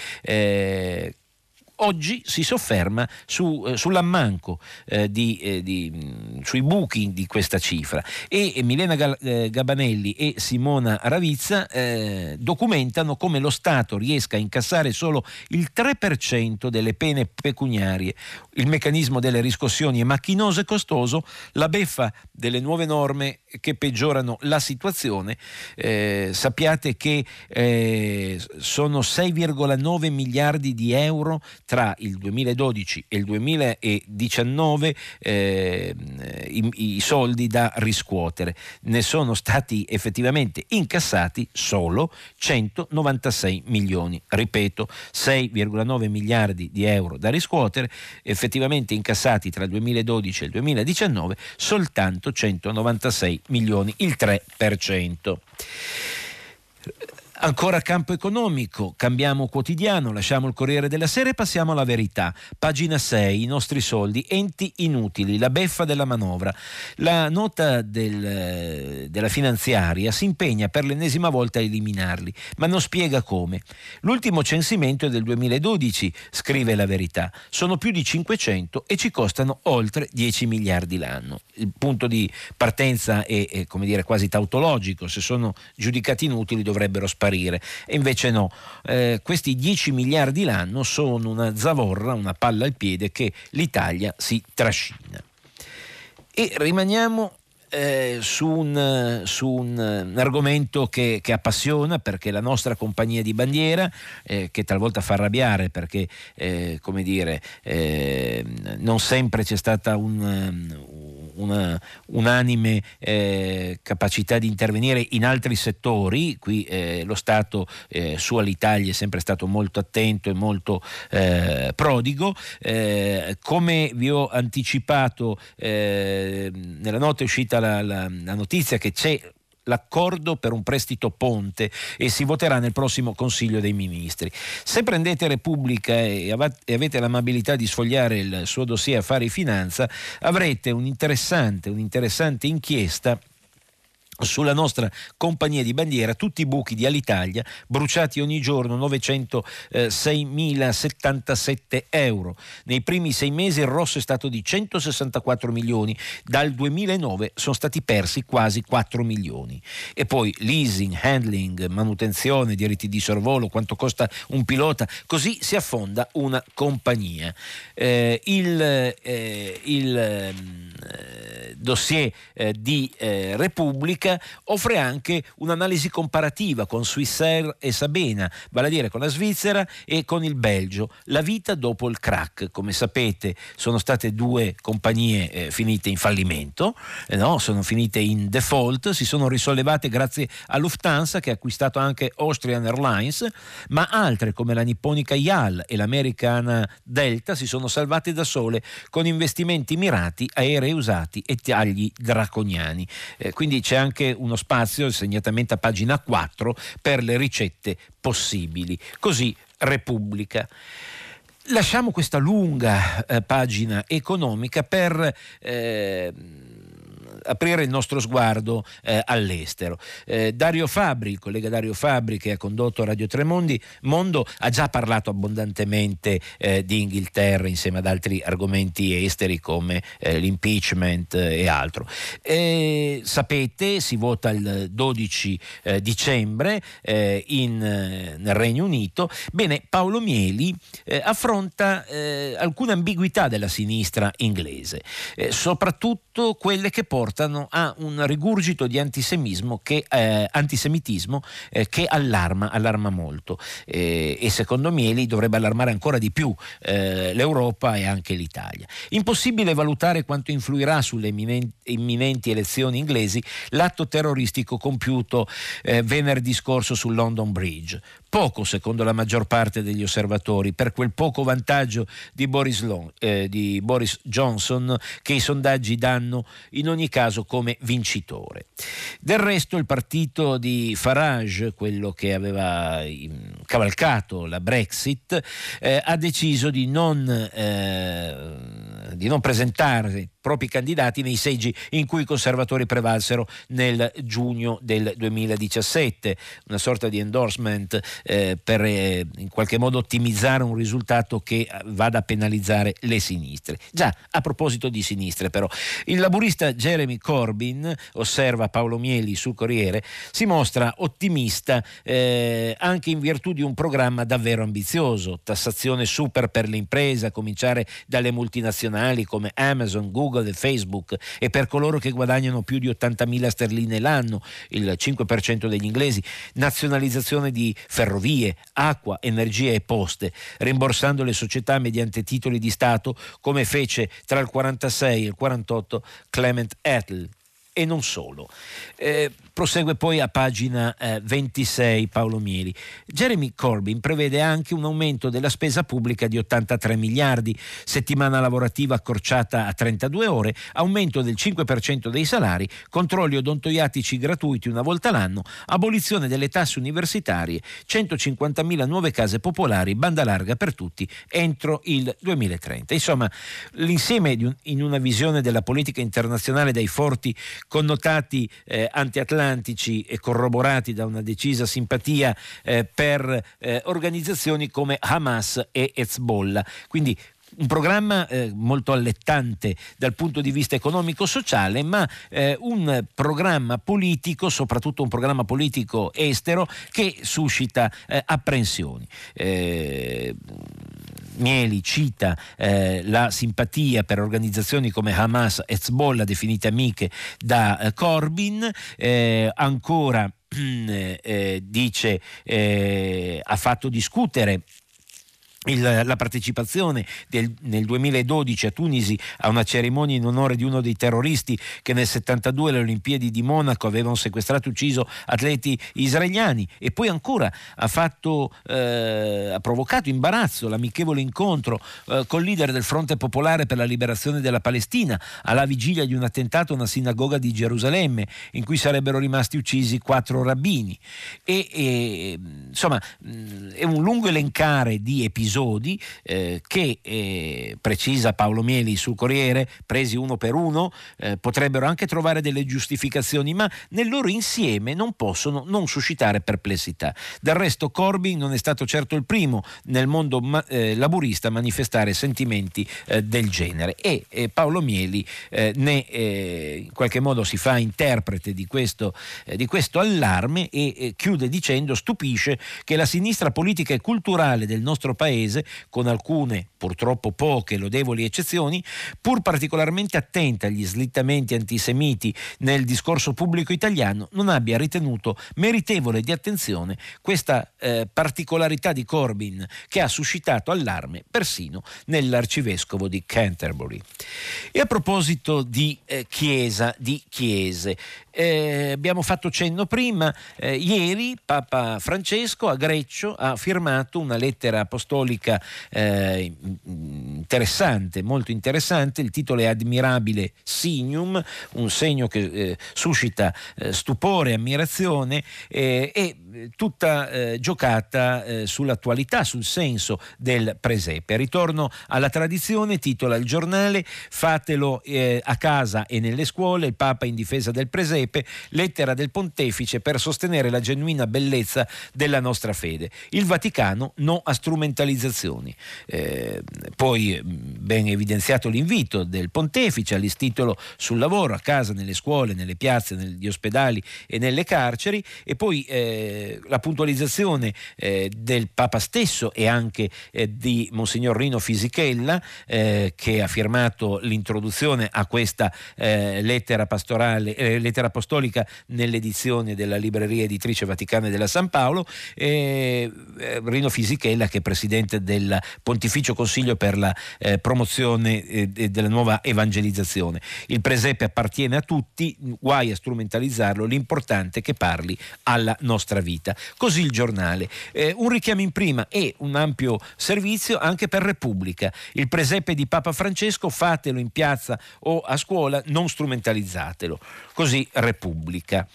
eh, oggi si sofferma su, eh, sull'ammanco eh, di, eh, di, mh, sui buchi di questa cifra, e, e Milena Gal- eh, Gabanelli e Simona Ravizza eh, documentano come lo Stato riesca a incassare solo il tre per cento delle pene pecuniarie. Il meccanismo delle riscossioni è macchinoso e costoso, la beffa delle nuove norme che peggiorano la situazione. Eh, sappiate che eh, sono sei virgola nove miliardi di euro tra il duemiladodici e il duemiladiciannove eh, i, i soldi da riscuotere. Ne sono stati effettivamente incassati solo centonovantasei milioni. Ripeto, sei virgola nove miliardi di euro da riscuotere, effettivamente incassati tra il duemiladodici e il duemiladiciannove soltanto centonovantasei milioni, il tre per cento. Ancora campo economico, cambiamo quotidiano, lasciamo il Corriere della Sera e passiamo alla Verità. Pagina sei, i nostri soldi, enti inutili, la beffa della manovra. La nota del, della finanziaria si impegna per l'ennesima volta a eliminarli, ma non spiega come. L'ultimo censimento è del duemiladodici, scrive la Verità. Sono più di cinquecento e ci costano oltre dieci miliardi l'anno. Il punto di partenza è, è come dire, quasi tautologico: se sono giudicati inutili dovrebbero sparire. E invece no, eh, questi dieci miliardi l'anno sono una zavorra, una palla al piede che l'Italia si trascina. E rimaniamo eh, su, un, su un, un argomento che, che appassiona, perché la nostra compagnia di bandiera, eh, che talvolta fa arrabbiare perché eh, come dire eh, non sempre c'è stata un una unanime eh, capacità di intervenire in altri settori. Qui eh, lo Stato eh, su Alitalia è sempre stato molto attento e molto eh, prodigo. Eh, come vi ho anticipato, eh, nella notte è uscita la, la, la notizia che c'è l'accordo per un prestito ponte e si voterà nel prossimo Consiglio dei Ministri. Se prendete Repubblica e avete l'amabilità di sfogliare il suo dossier Affari Finanza, avrete un'interessante, un'interessante inchiesta sulla nostra compagnia di bandiera, tutti i buchi di Alitalia, bruciati ogni giorno novecentoseimilasettantasette euro. Nei primi sei mesi il rosso è stato di centosessantaquattro milioni, dal duemilanove sono stati persi quasi quattro milioni. E poi leasing, handling, manutenzione, diritti di sorvolo, quanto costa un pilota, così si affonda una compagnia. Eh, il eh, il eh, dossier eh, di eh, Repubblica Repubblica offre anche un'analisi comparativa con Swissair e Sabena, vale a dire con la Svizzera e con il Belgio. La vita dopo il crack. Come sapete, sono state due compagnie eh, finite in fallimento, eh, no? Sono finite in default, si sono risollevate grazie a Lufthansa, che ha acquistato anche Austrian Airlines, ma altre come la nipponica Y A L e l'American Delta si sono salvate da sole con investimenti mirati, aerei usati e tagli draconiani. Eh, quindi c'è anche uno spazio, segnatamente a pagina quattro, per le ricette possibili. Così Repubblica. Lasciamo questa lunga eh, pagina economica per eh, aprire il nostro sguardo eh, all'estero. Eh, Dario Fabbri, il collega Dario Fabbri, che ha condotto Radio Tremondi Mondo, ha già parlato abbondantemente eh, di Inghilterra insieme ad altri argomenti esteri come eh, l'impeachment eh, e altro. Eh, sapete, si vota il dodici eh, dicembre eh, in, eh, nel Regno Unito. Bene, Paolo Mieli eh, affronta eh, alcune ambiguità della sinistra inglese, eh, soprattutto quelle che portano a un rigurgito di antisemismo che, eh, antisemitismo eh, che allarma, allarma molto eh, e secondo Mieli dovrebbe allarmare ancora di più eh, l'Europa e anche l'Italia. Impossibile valutare quanto influirà sulle imminenti, imminenti elezioni inglesi l'atto terroristico compiuto eh, venerdì scorso sul London Bridge. Poco, secondo la maggior parte degli osservatori, per quel poco vantaggio di Boris, Long, eh, di Boris Johnson, che i sondaggi danno in ogni caso come vincitore. Del resto il partito di Farage, quello che aveva cavalcato la Brexit, eh, ha deciso di non, eh, di non presentare propri candidati nei seggi in cui i conservatori prevalsero nel giugno del duemiladiciassette, una sorta di endorsement eh, per eh, in qualche modo ottimizzare un risultato che vada a penalizzare le sinistre. Già, a proposito di sinistre però, il laburista Jeremy Corbyn, osserva Paolo Mieli sul Corriere, si mostra ottimista eh, anche in virtù di un programma davvero ambizioso: tassazione super per le imprese, a cominciare dalle multinazionali come Amazon, Google e Facebook, e per coloro che guadagnano più di ottantamila sterline l'anno, il cinque per cento degli inglesi, nazionalizzazione di ferrovie, acqua, energia e poste, rimborsando le società mediante titoli di Stato, come fece tra il quarantasei e il quarantotto Clement Attlee. E non solo. Eh, prosegue poi a pagina eh, ventisei Paolo Mieli. Jeremy Corbyn prevede anche un aumento della spesa pubblica di ottantatré miliardi, settimana lavorativa accorciata a trentadue ore, aumento del cinque per cento dei salari, controlli odontoiatrici gratuiti una volta l'anno, abolizione delle tasse universitarie, centocinquantamila nuove case popolari, banda larga per tutti entro il duemilatrenta. Insomma, l'insieme di un, in una visione della politica internazionale dai forti connotati eh, antiatlantici e corroborati da una decisa simpatia eh, per eh, organizzazioni come Hamas e Hezbollah. Quindi un programma eh, molto allettante dal punto di vista economico-sociale, ma eh, un programma politico, soprattutto un programma politico estero, che suscita eh, apprensioni. Eh, Mieli cita eh, la simpatia per organizzazioni come Hamas e Hezbollah, definite amiche da eh, Corbyn, eh, ancora eh, dice eh, ha fatto discutere Il, la partecipazione del, nel duemiladodici a Tunisi a una cerimonia in onore di uno dei terroristi che nel settantadue alle Olimpiadi di Monaco avevano sequestrato e ucciso atleti israeliani, e poi ancora ha fatto eh, ha provocato imbarazzo l'amichevole incontro eh, col leader del Fronte Popolare per la Liberazione della Palestina alla vigilia di un attentato a una sinagoga di Gerusalemme in cui sarebbero rimasti uccisi quattro rabbini, e, e insomma è un lungo elencare di episodi episodi eh, che, eh, precisa Paolo Mieli sul Corriere, presi uno per uno, eh, potrebbero anche trovare delle giustificazioni, ma nel loro insieme non possono non suscitare perplessità. Del resto Corbyn non è stato certo il primo nel mondo ma, eh, laburista a manifestare sentimenti eh, del genere, e eh, Paolo Mieli eh, ne eh, in qualche modo si fa interprete di questo, eh, di questo allarme, e eh, chiude dicendo: stupisce che la sinistra politica e culturale del nostro paese paese, con alcune purtroppo poche lodevoli eccezioni, pur particolarmente attenta agli slittamenti antisemiti nel discorso pubblico italiano, non abbia ritenuto meritevole di attenzione questa eh, particolarità di Corbyn, che ha suscitato allarme persino nell'arcivescovo di Canterbury. E a proposito di eh, chiesa, di chiese, eh, abbiamo fatto cenno prima, eh, ieri Papa Francesco a Greccio ha firmato una lettera apostolica eh, interessante, molto interessante. Il titolo è Admirabile Signum, un segno che eh, suscita eh, stupore e ammirazione, eh, e tutta eh, giocata eh, sull'attualità, sul senso del presepe. Ritorno alla tradizione, titola il giornale, fatelo eh, a casa e nelle scuole, il Papa in difesa del presepe, lettera del pontefice per sostenere la genuina bellezza della nostra fede. Il Vaticano no a strumentalizzazioni. Eh, poi ben evidenziato l'invito del pontefice all'istitolo sul lavoro, a casa, nelle scuole, nelle piazze, negli ospedali e nelle carceri, e poi eh, la puntualizzazione eh, del Papa stesso e anche eh, di Monsignor Rino Fisichella, eh, che ha firmato l'introduzione a questa eh, lettera pastorale, eh, lettera apostolica nell'edizione della Libreria Editrice Vaticana della San Paolo. eh, Rino Fisichella, che è presidente del Pontificio Consiglio per la eh, promozione eh, della nuova evangelizzazione. Il presepe appartiene a tutti, guai a strumentalizzarlo, l'importante è che parli alla nostra vita. Così il giornale. Eh, un richiamo in prima e un ampio servizio anche per Repubblica. Il presepe di Papa Francesco, fatelo in piazza o a scuola, non strumentalizzatelo. Così Repubblica.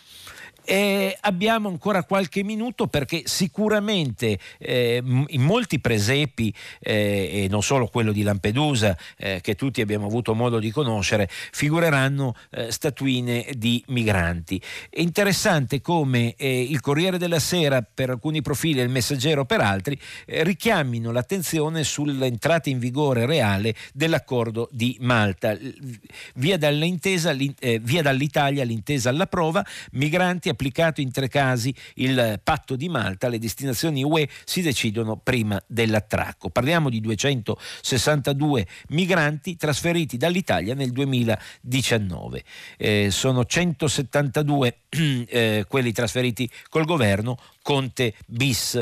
E abbiamo ancora qualche minuto, perché sicuramente eh, in molti presepi, eh, e non solo quello di Lampedusa, eh, che tutti abbiamo avuto modo di conoscere, figureranno eh, statuine di migranti. È interessante come eh, il Corriere della Sera per alcuni profili e il Messaggero per altri eh, richiamino l'attenzione sull'entrata in vigore reale dell'accordo di Malta. Via, dall'intesa, eh, via dall'Italia l'intesa alla prova, migranti applicato in tre casi il patto di Malta, le destinazioni U E si decidono prima dell'attracco. Parliamo di duecentosessantadue migranti trasferiti dall'Italia nel duemiladiciannove. Eh, sono centosettantadue eh, quelli trasferiti col governo Conte bis,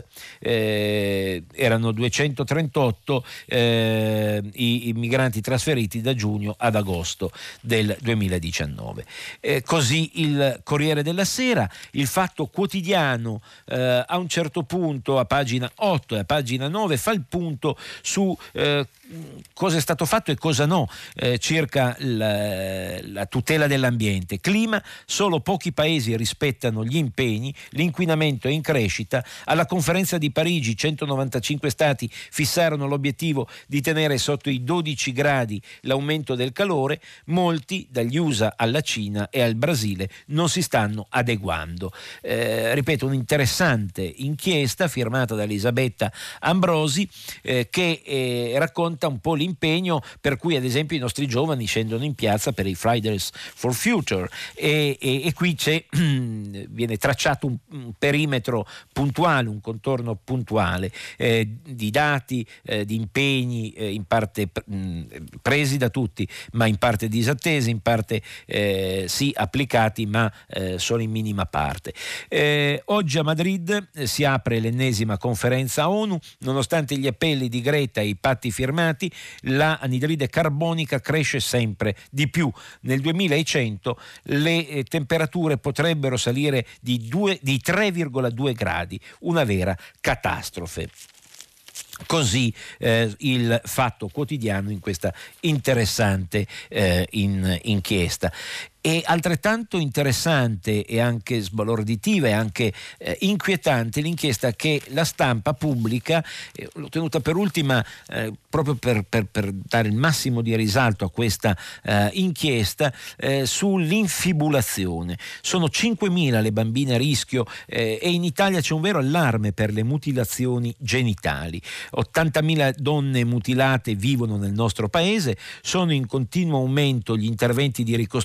eh, erano duecentotrentotto eh, i, i migranti trasferiti da giugno ad agosto del duemiladiciannove. Eh, così il Corriere della Sera. Il Fatto Quotidiano eh, a un certo punto, a pagina otto e a pagina nove, fa il punto su eh, cosa è stato fatto e cosa no eh, circa la, la tutela dell'ambiente. Clima, solo pochi paesi rispettano gli impegni, l'inquinamento è in crescita. Alla conferenza di Parigi centonovantacinque stati fissarono l'obiettivo di tenere sotto i dodici gradi l'aumento del calore, molti dagli U S A alla Cina e al Brasile non si stanno adeguando. Eh, ripeto, un'interessante inchiesta firmata da Elisabetta Ambrosi eh, che eh, racconta un po' l'impegno per cui ad esempio i nostri giovani scendono in piazza per i Fridays for Future e, e, e qui c'è viene tracciato un, un perimetro puntuale, un contorno puntuale eh, di dati, eh, di impegni eh, in parte mh, presi da tutti, ma in parte disattesi, in parte eh, sì applicati, ma eh, solo in minima parte. Eh, oggi a Madrid eh, si apre l'ennesima conferenza ONU. Nonostante gli appelli di Greta e i patti firmati, la anidride carbonica cresce sempre di più. Nel duemilacento le eh, temperature potrebbero salire di, due, di tre virgola due gradi, una vera catastrofe. Così eh, il Fatto Quotidiano in questa interessante eh, in, inchiesta. E altrettanto interessante e anche sbalorditiva e anche eh, inquietante l'inchiesta che la Stampa pubblica, eh, l'ho tenuta per ultima eh, proprio per, per, per dare il massimo di risalto a questa eh, inchiesta eh, sull'infibulazione. Sono cinquemila le bambine a rischio eh, e in Italia c'è un vero allarme per le mutilazioni genitali. ottantamila donne mutilate vivono nel nostro paese, sono in continuo aumento gli interventi di ricostruzione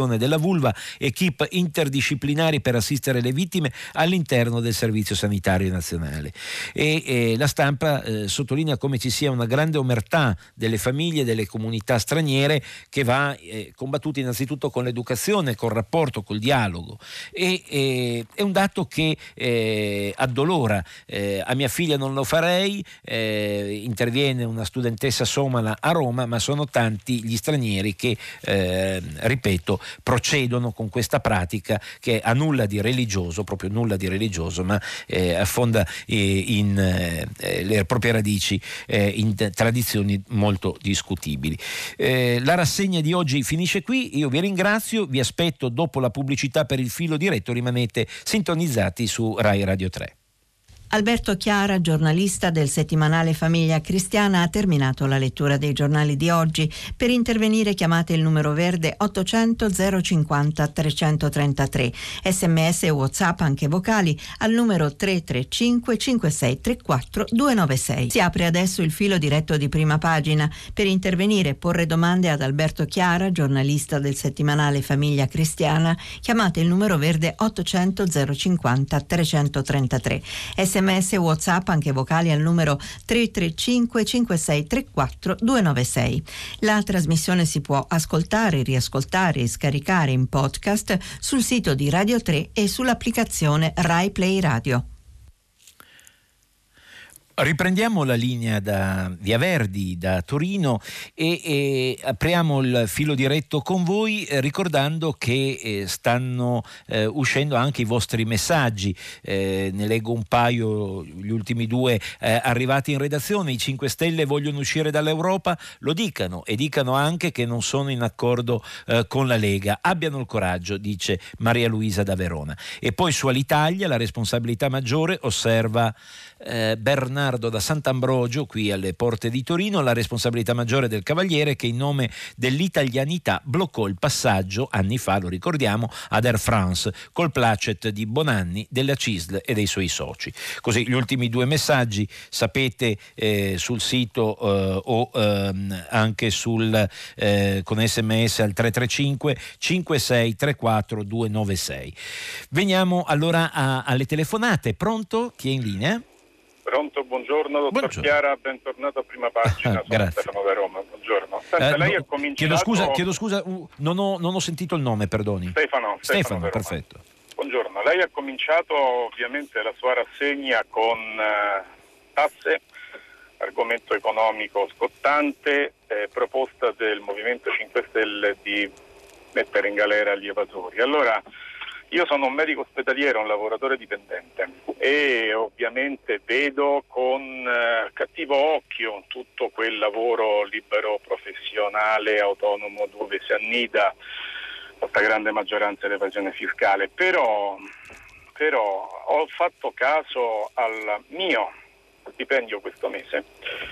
protezione della vulva, equip interdisciplinari per assistere le vittime all'interno del Servizio Sanitario Nazionale. E eh, la stampa eh, sottolinea come ci sia una grande omertà delle famiglie, delle comunità straniere, che va eh, combattuta innanzitutto con l'educazione, col rapporto, col dialogo. E eh, è un dato che eh, addolora. Eh, a mia figlia non lo farei, eh, interviene una studentessa somala a Roma, ma sono tanti gli stranieri che, eh, ripeto, procedono con questa pratica che ha nulla di religioso, proprio nulla di religioso, ma eh, affonda eh, in eh, le proprie radici eh, in tradizioni molto discutibili. Eh, la rassegna di oggi finisce qui, io vi ringrazio, vi aspetto dopo la pubblicità per il filo diretto, rimanete sintonizzati su Rai Radio tre. Alberto Chiara, giornalista del settimanale Famiglia Cristiana, ha terminato la lettura dei giornali di oggi. Per intervenire chiamate il numero verde ottocento zero cinquanta trecentotrentatré, sms e WhatsApp anche vocali al numero tre tre cinque cinque sei tre quattro due nove sei. Si apre adesso il filo diretto di Prima Pagina. Per intervenire e porre domande ad Alberto Chiara, giornalista del settimanale Famiglia Cristiana, chiamate il numero verde ottocento zero cinquanta trecentotrentatré, sms e WhatsApp anche vocali al numero tre tre cinque cinque sei tre quattro due nove sei. La trasmissione si può ascoltare, riascoltare e scaricare in podcast sul sito di Radio tre e sull'applicazione Rai Play Radio. Riprendiamo la linea da Via Verdi, da Torino, e, e apriamo il filo diretto con voi eh, ricordando che eh, stanno eh, uscendo anche i vostri messaggi. Eh, ne leggo un paio, gli ultimi due eh, arrivati in redazione. I cinque Stelle vogliono uscire dall'Europa, lo dicano, e dicano anche che non sono in accordo eh, con la Lega. Abbiano il coraggio, dice Maria Luisa da Verona. E poi su Alitalia la responsabilità maggiore, osserva Eh, Bernardo da Sant'Ambrogio, qui alle porte di Torino, la responsabilità maggiore del Cavaliere, che in nome dell'italianità bloccò il passaggio anni fa, lo ricordiamo, ad Air France col placet di Bonanni, della C I S L e dei suoi soci. Così gli ultimi due messaggi sapete eh, sul sito eh, o ehm, anche sul eh, con sms al tre tre cinque cinque sei tre quattro due nove sei. Veniamo allora a, alle telefonate. Pronto? Chi è in linea? Pronto, buongiorno dottor Buongiorno. Chiara, bentornato a Prima Pagina, sono Grazie. Stefano da Roma, buongiorno. Senta, Eh, lei no, ha cominciato... Chiedo scusa, chiedo scusa uh, non, ho, non ho sentito il nome, perdoni. Stefano, Stefano, Stefano, da Roma. perfetto. Buongiorno, lei ha cominciato ovviamente la sua rassegna con eh, tasse, argomento economico scottante, eh, proposta del Movimento cinque Stelle di mettere in galera gli evasori. Allora, io sono un medico ospedaliero, un lavoratore dipendente e ovviamente vedo con eh, cattivo occhio tutto quel lavoro libero, professionale, autonomo dove si annida questa grande maggioranza dell'evasione fiscale. Però, però ho fatto caso al mio stipendio questo mese.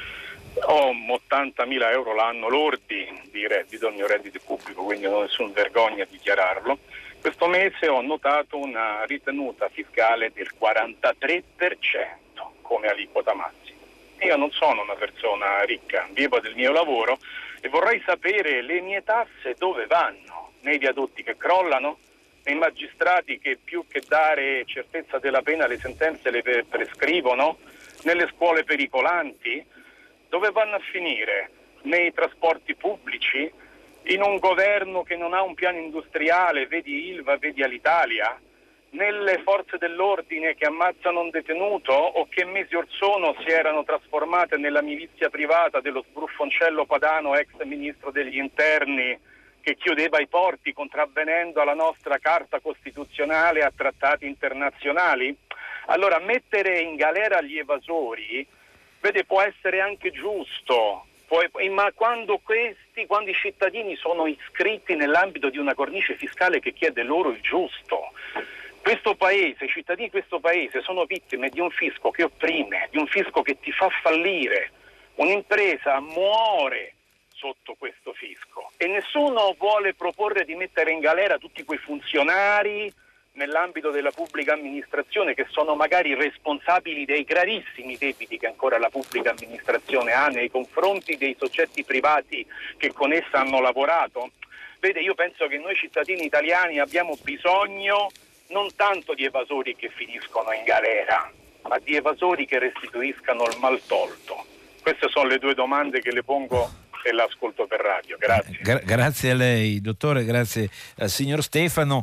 Ho ottantamila euro l'anno lordi di reddito, il mio reddito pubblico, quindi non ho nessuna vergogna a dichiararlo. Questo mese ho notato una ritenuta fiscale del quarantatré per cento come aliquota massima. Io non sono una persona ricca, vivo del mio lavoro e vorrei sapere le mie tasse dove vanno, nei viadotti che crollano, nei magistrati che più che dare certezza della pena le sentenze le prescrivono, nelle scuole pericolanti, dove vanno a finire? Nei trasporti pubblici? In un governo che non ha un piano industriale, vedi Ilva, vedi Alitalia, nelle forze dell'ordine che ammazzano un detenuto o che mesi or sono si erano trasformate nella milizia privata dello sbruffoncello padano, ex ministro degli interni, che chiudeva i porti contravvenendo alla nostra Carta Costituzionale e a trattati internazionali. Allora, mettere in galera gli evasori, vede, può essere anche giusto. Poi, ma quando questi, quando i cittadini sono iscritti nell'ambito di una cornice fiscale che chiede loro il giusto, questo paese, i cittadini di questo paese sono vittime di un fisco che opprime, di un fisco che ti fa fallire. Un'impresa muore sotto questo fisco e nessuno vuole proporre di mettere in galera tutti quei funzionari nell'ambito della pubblica amministrazione che sono magari responsabili dei gravissimi debiti che ancora la pubblica amministrazione ha nei confronti dei soggetti privati che con essa hanno lavorato. Vede, io penso che noi cittadini italiani abbiamo bisogno non tanto di evasori che finiscono in galera, ma di evasori che restituiscano il mal tolto. Queste sono le due domande che le pongo e l'ascolto per radio. Grazie. Gra- grazie a lei, dottore, grazie al signor Stefano.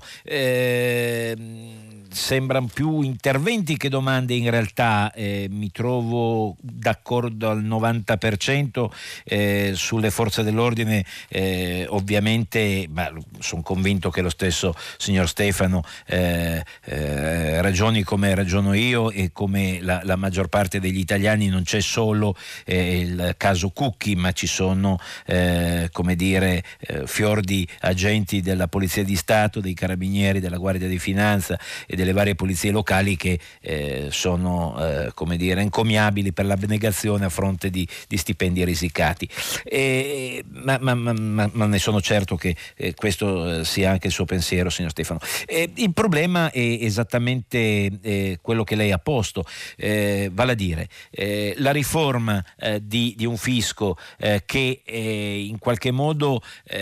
Eh, sembrano più interventi che domande in realtà. Eh, mi trovo d'accordo al novanta per cento eh, sulle forze dell'ordine, eh, ovviamente, ma sono convinto che lo stesso signor Stefano eh, eh, ragioni come ragiono io e come la, la maggior parte degli italiani. Non c'è solo eh, il caso Cucchi, ma ci sono eh, come dire eh, fior di agenti della Polizia di Stato, dei Carabinieri, della Guardia di Finanza e delle varie polizie locali che eh, sono eh, come dire encomiabili per l'abnegazione a fronte di, di stipendi risicati. E, ma, ma, ma, ma ne sono certo che eh, questo eh, sia anche il suo pensiero, signor Stefano. E il problema è esattamente eh, quello che lei ha posto, eh, vale a dire eh, la riforma eh, di, di un fisco eh, che eh, in qualche modo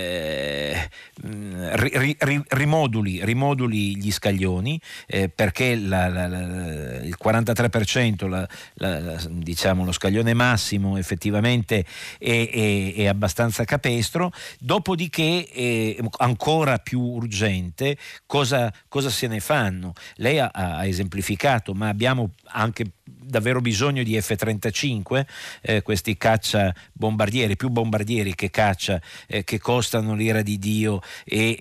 eh, ri, ri, rimoduli, rimoduli gli scaglioni, eh, perché la, la, la, il quarantatré per cento, la, la, diciamo lo scaglione massimo effettivamente è, è, è abbastanza capestro. Dopodiché è ancora più urgente cosa, cosa se ne fanno. Lei ha, ha esemplificato, ma abbiamo anche davvero bisogno di F trentacinque, eh, questi caccia bombardieri, più bombardieri che caccia, eh, che costano l'ira di Dio e,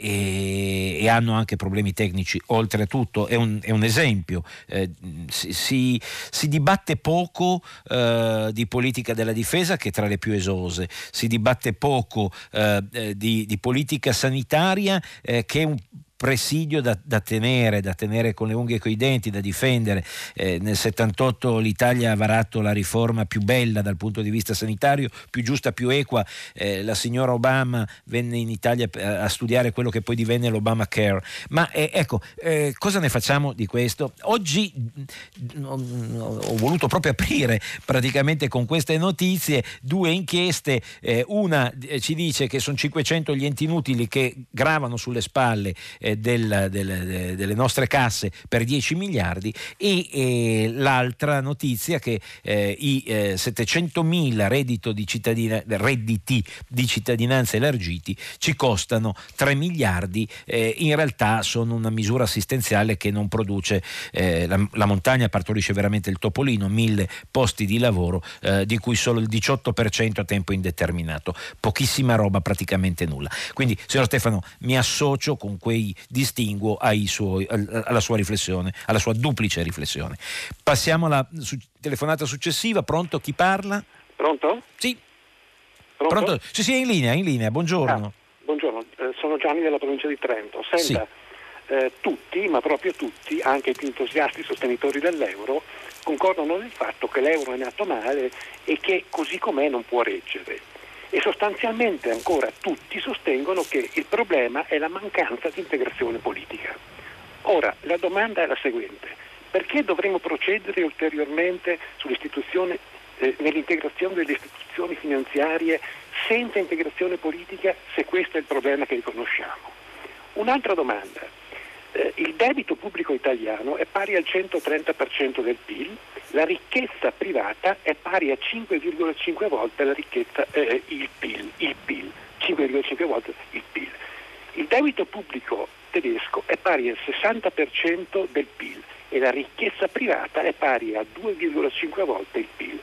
e, e hanno anche problemi tecnici. Oltretutto è un, è un esempio, eh, si, si, si dibatte poco eh, di politica della difesa, che è tra le più esose, si dibatte poco eh, di, di politica sanitaria, eh, che è un presidio da, da tenere, da tenere con le unghie e coi denti, da difendere. Eh, nel settantotto l'Italia ha varato la riforma più bella dal punto di vista sanitario, più giusta, più equa. Eh, la signora Obama venne in Italia a studiare quello che poi divenne l'Obamacare. Ma eh, ecco, eh, cosa ne facciamo di questo? Oggi mh, ho voluto proprio aprire praticamente con queste notizie due inchieste. Eh, una eh, ci dice che sono cinquecento gli enti inutili che gravano sulle spalle eh, Del, del, delle nostre casse per dieci miliardi, e eh, l'altra notizia che eh, i eh, settecentomila reddito di cittadina, redditi di cittadinanza elargiti ci costano tre miliardi. Eh, in realtà sono una misura assistenziale che non produce, eh, la, la montagna partorisce veramente il topolino, mille posti di lavoro, eh, di cui solo il diciotto per cento a tempo indeterminato, pochissima roba, praticamente nulla. Quindi, signor Stefano, mi associo con quei distinguo ai suoi, alla sua riflessione, alla sua duplice riflessione. Passiamo alla su, telefonata successiva. Pronto? Chi parla? Pronto? Sì. Pronto? Pronto? Sì, sì, è in linea, in linea. Buongiorno. Ah, buongiorno, eh, sono Gianni della provincia di Trento. Senta, sì. eh, tutti, ma proprio tutti, anche i più entusiasti sostenitori dell'euro, concordano nel fatto che l'euro è nato male e che così com'è non può reggere. E sostanzialmente ancora tutti sostengono che il problema è la mancanza di integrazione politica. Ora, la domanda è la seguente: perché dovremmo procedere ulteriormente sull'istituzione, eh, nell'integrazione delle istituzioni finanziarie senza integrazione politica, se questo è il problema che riconosciamo? Un'altra domanda: eh, il debito pubblico italiano è pari al centotrenta per cento del P I L, la ricchezza privata è pari a cinque virgola cinque volte la ricchezza, eh, il P I L, il P I L, cinque virgola cinque volte il P I L. Il debito pubblico tedesco è pari al sessanta per cento del P I L e la ricchezza privata è pari a due virgola cinque volte il P I L.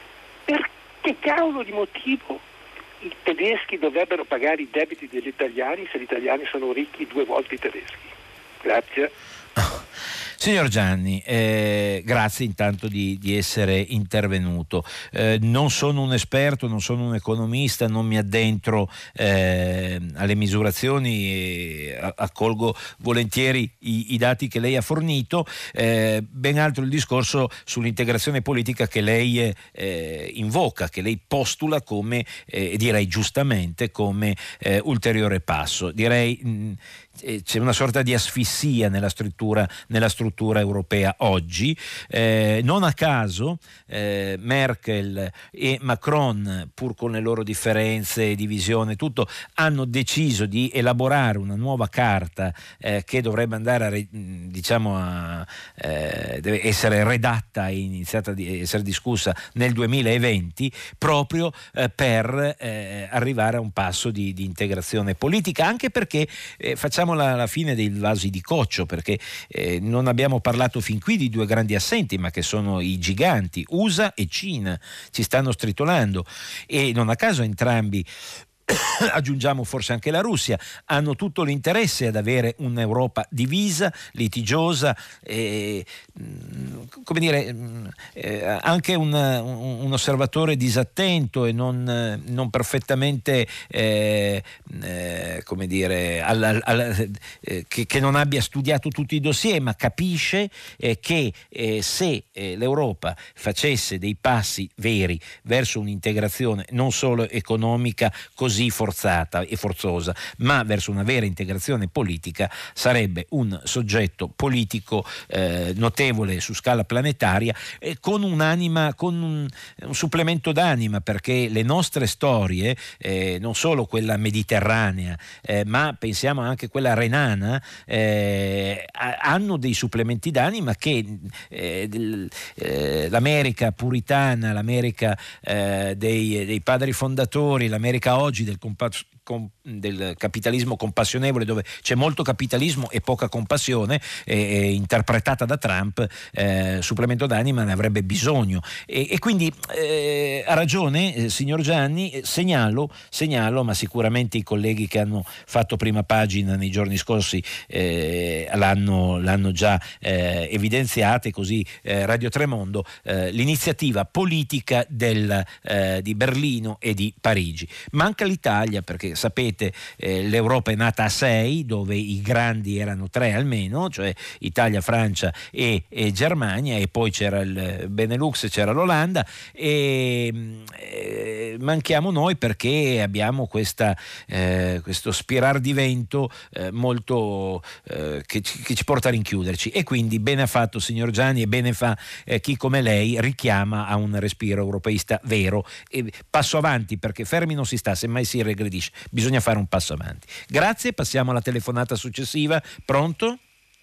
Per che cavolo di motivo i tedeschi dovrebbero pagare i debiti degli italiani se gli italiani sono ricchi due volte i tedeschi? Grazie. Signor Gianni, eh, grazie intanto di, di essere intervenuto. Eh, non sono un esperto, non sono un economista, non mi addentro eh, alle misurazioni e accolgo volentieri i, i dati che lei ha fornito. Eh, ben altro il discorso sull'integrazione politica che lei eh, invoca, che lei postula come, eh, direi giustamente, come eh, ulteriore passo. Direi mh, c'è una sorta di asfissia nella struttura, nella struttura struttura europea oggi. Eh, non a caso eh, Merkel e Macron, pur con le loro differenze, divisione, tutto, hanno deciso di elaborare una nuova carta eh, che dovrebbe andare a, diciamo, a eh, deve essere redatta e iniziata a essere discussa nel duemilaventi, proprio eh, per eh, arrivare a un passo di, di integrazione politica, anche perché eh, facciamo la, la fine dei vasi di coccio, perché eh, non abbiamo parlato fin qui di due grandi assenti, ma che sono i giganti U S A e Cina, ci stanno stritolando, e non a caso entrambi aggiungiamo forse anche la Russia, hanno tutto l'interesse ad avere un'Europa divisa, litigiosa, e, come dire, eh, anche un, un, un osservatore disattento e non, non perfettamente eh, eh, come dire alla, alla, eh, che, che non abbia studiato tutti i dossier, ma capisce eh, che eh, se eh, l'Europa facesse dei passi veri verso un'integrazione non solo economica così forzata e forzosa, ma verso una vera integrazione politica, sarebbe un soggetto politico eh, notevole su scala planetaria, e con un'anima, con un, un supplemento d'anima, perché le nostre storie, eh, non solo quella mediterranea, eh, ma pensiamo anche quella renana, eh, hanno dei supplementi d'anima che eh, del, eh, l'America puritana, l'America eh, dei, dei padri fondatori, l'America oggi del compa- com- del capitalismo compassionevole, dove c'è molto capitalismo e poca compassione, eh, interpretata da Trump, eh, supplemento d'anima ne avrebbe bisogno, e, e quindi eh, ha ragione eh, signor Gianni, eh, segnalo, segnalo, ma sicuramente i colleghi che hanno fatto prima pagina nei giorni scorsi eh, l'hanno, l'hanno già eh, evidenziate, così eh, Radio Tremondo, eh, l'iniziativa politica del, eh, di Berlino e di Parigi. Manca l'Italia, perché sapete eh, l'Europa è nata a sei, dove i grandi erano tre almeno, cioè Italia, Francia e, e Germania, e poi c'era il Benelux, c'era l'Olanda, e eh, manchiamo noi perché abbiamo questa, eh, questo spirar di vento eh, molto eh, che, ci, che ci porta a rinchiuderci, e quindi bene ha fatto signor Gianni e bene fa eh, chi come lei richiama a un respiro europeista vero, e passo avanti, perché fermi non si sta, semmai si regredisce, bisogna fare un passo avanti. Grazie, passiamo alla telefonata successiva. Pronto?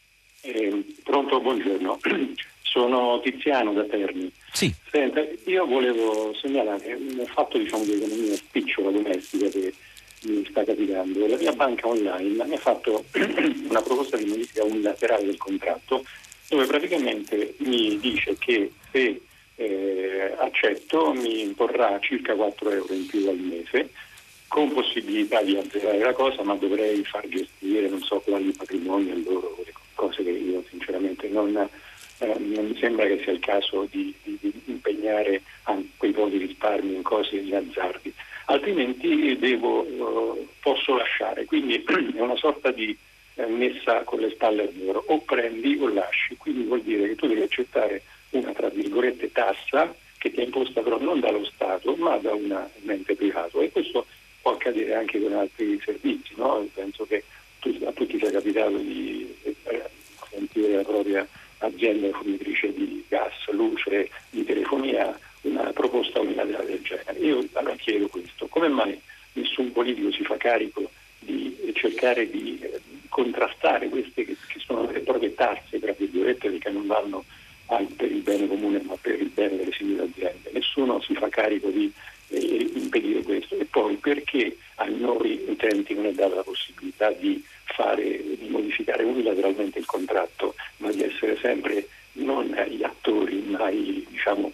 Eh, pronto, buongiorno. Sono Tiziano da Terni. Sì. Senta, io volevo segnalare un fatto, diciamo, di economia spicciola domestica che mi sta capitando. La mia banca online mi ha fatto una proposta di modifica unilaterale del contratto, dove praticamente mi dice che se eh, accetto mi imporrà circa quattro euro in più al mese, con possibilità di azzerare la cosa, ma dovrei far gestire non so quali patrimoni a loro, cose che io sinceramente non, eh, non mi sembra che sia il caso di, di, di impegnare quei pochi risparmi in cose in azzardi, altrimenti devo, eh, posso lasciare, quindi è una sorta di eh, messa con le spalle al muro, o prendi o lasci, quindi vuol dire che tu devi accettare una, tra virgolette, tassa che ti è imposta però non dallo Stato ma da un ente privato, e questo può accadere anche con altri servizi, no? Penso che a tutti sia capitato di eh, sentire la propria azienda fornitrice di gas, luce, di telefonia, una proposta unilaterale del genere. Io allora chiedo questo: come mai nessun politico si fa carico di cercare di eh, contrastare queste che, che sono le proprie tasse, tra virgolette, che non vanno al, per il bene comune ma per il bene delle singole aziende? Nessuno si fa carico di eh, impedire questo. E poi perché a noi utenti non è data la possibilità di fare, di modificare unilateralmente il contratto, ma di essere sempre non gli attori ma i, diciamo,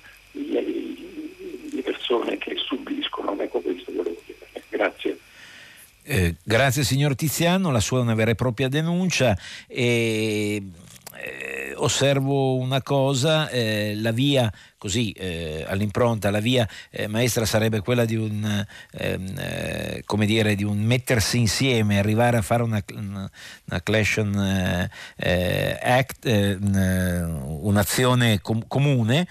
gli, le persone che subiscono? Ecco, questo volevo chiedere. Grazie. Eh, grazie signor Tiziano, la sua è una vera e propria denuncia, e eh, osservo una cosa, eh, la via così eh, all'impronta, la via eh, maestra sarebbe quella di un ehm, eh, come dire, di un mettersi insieme, arrivare a fare una, una, una collection eh, eh, act, eh, un'azione com- comune,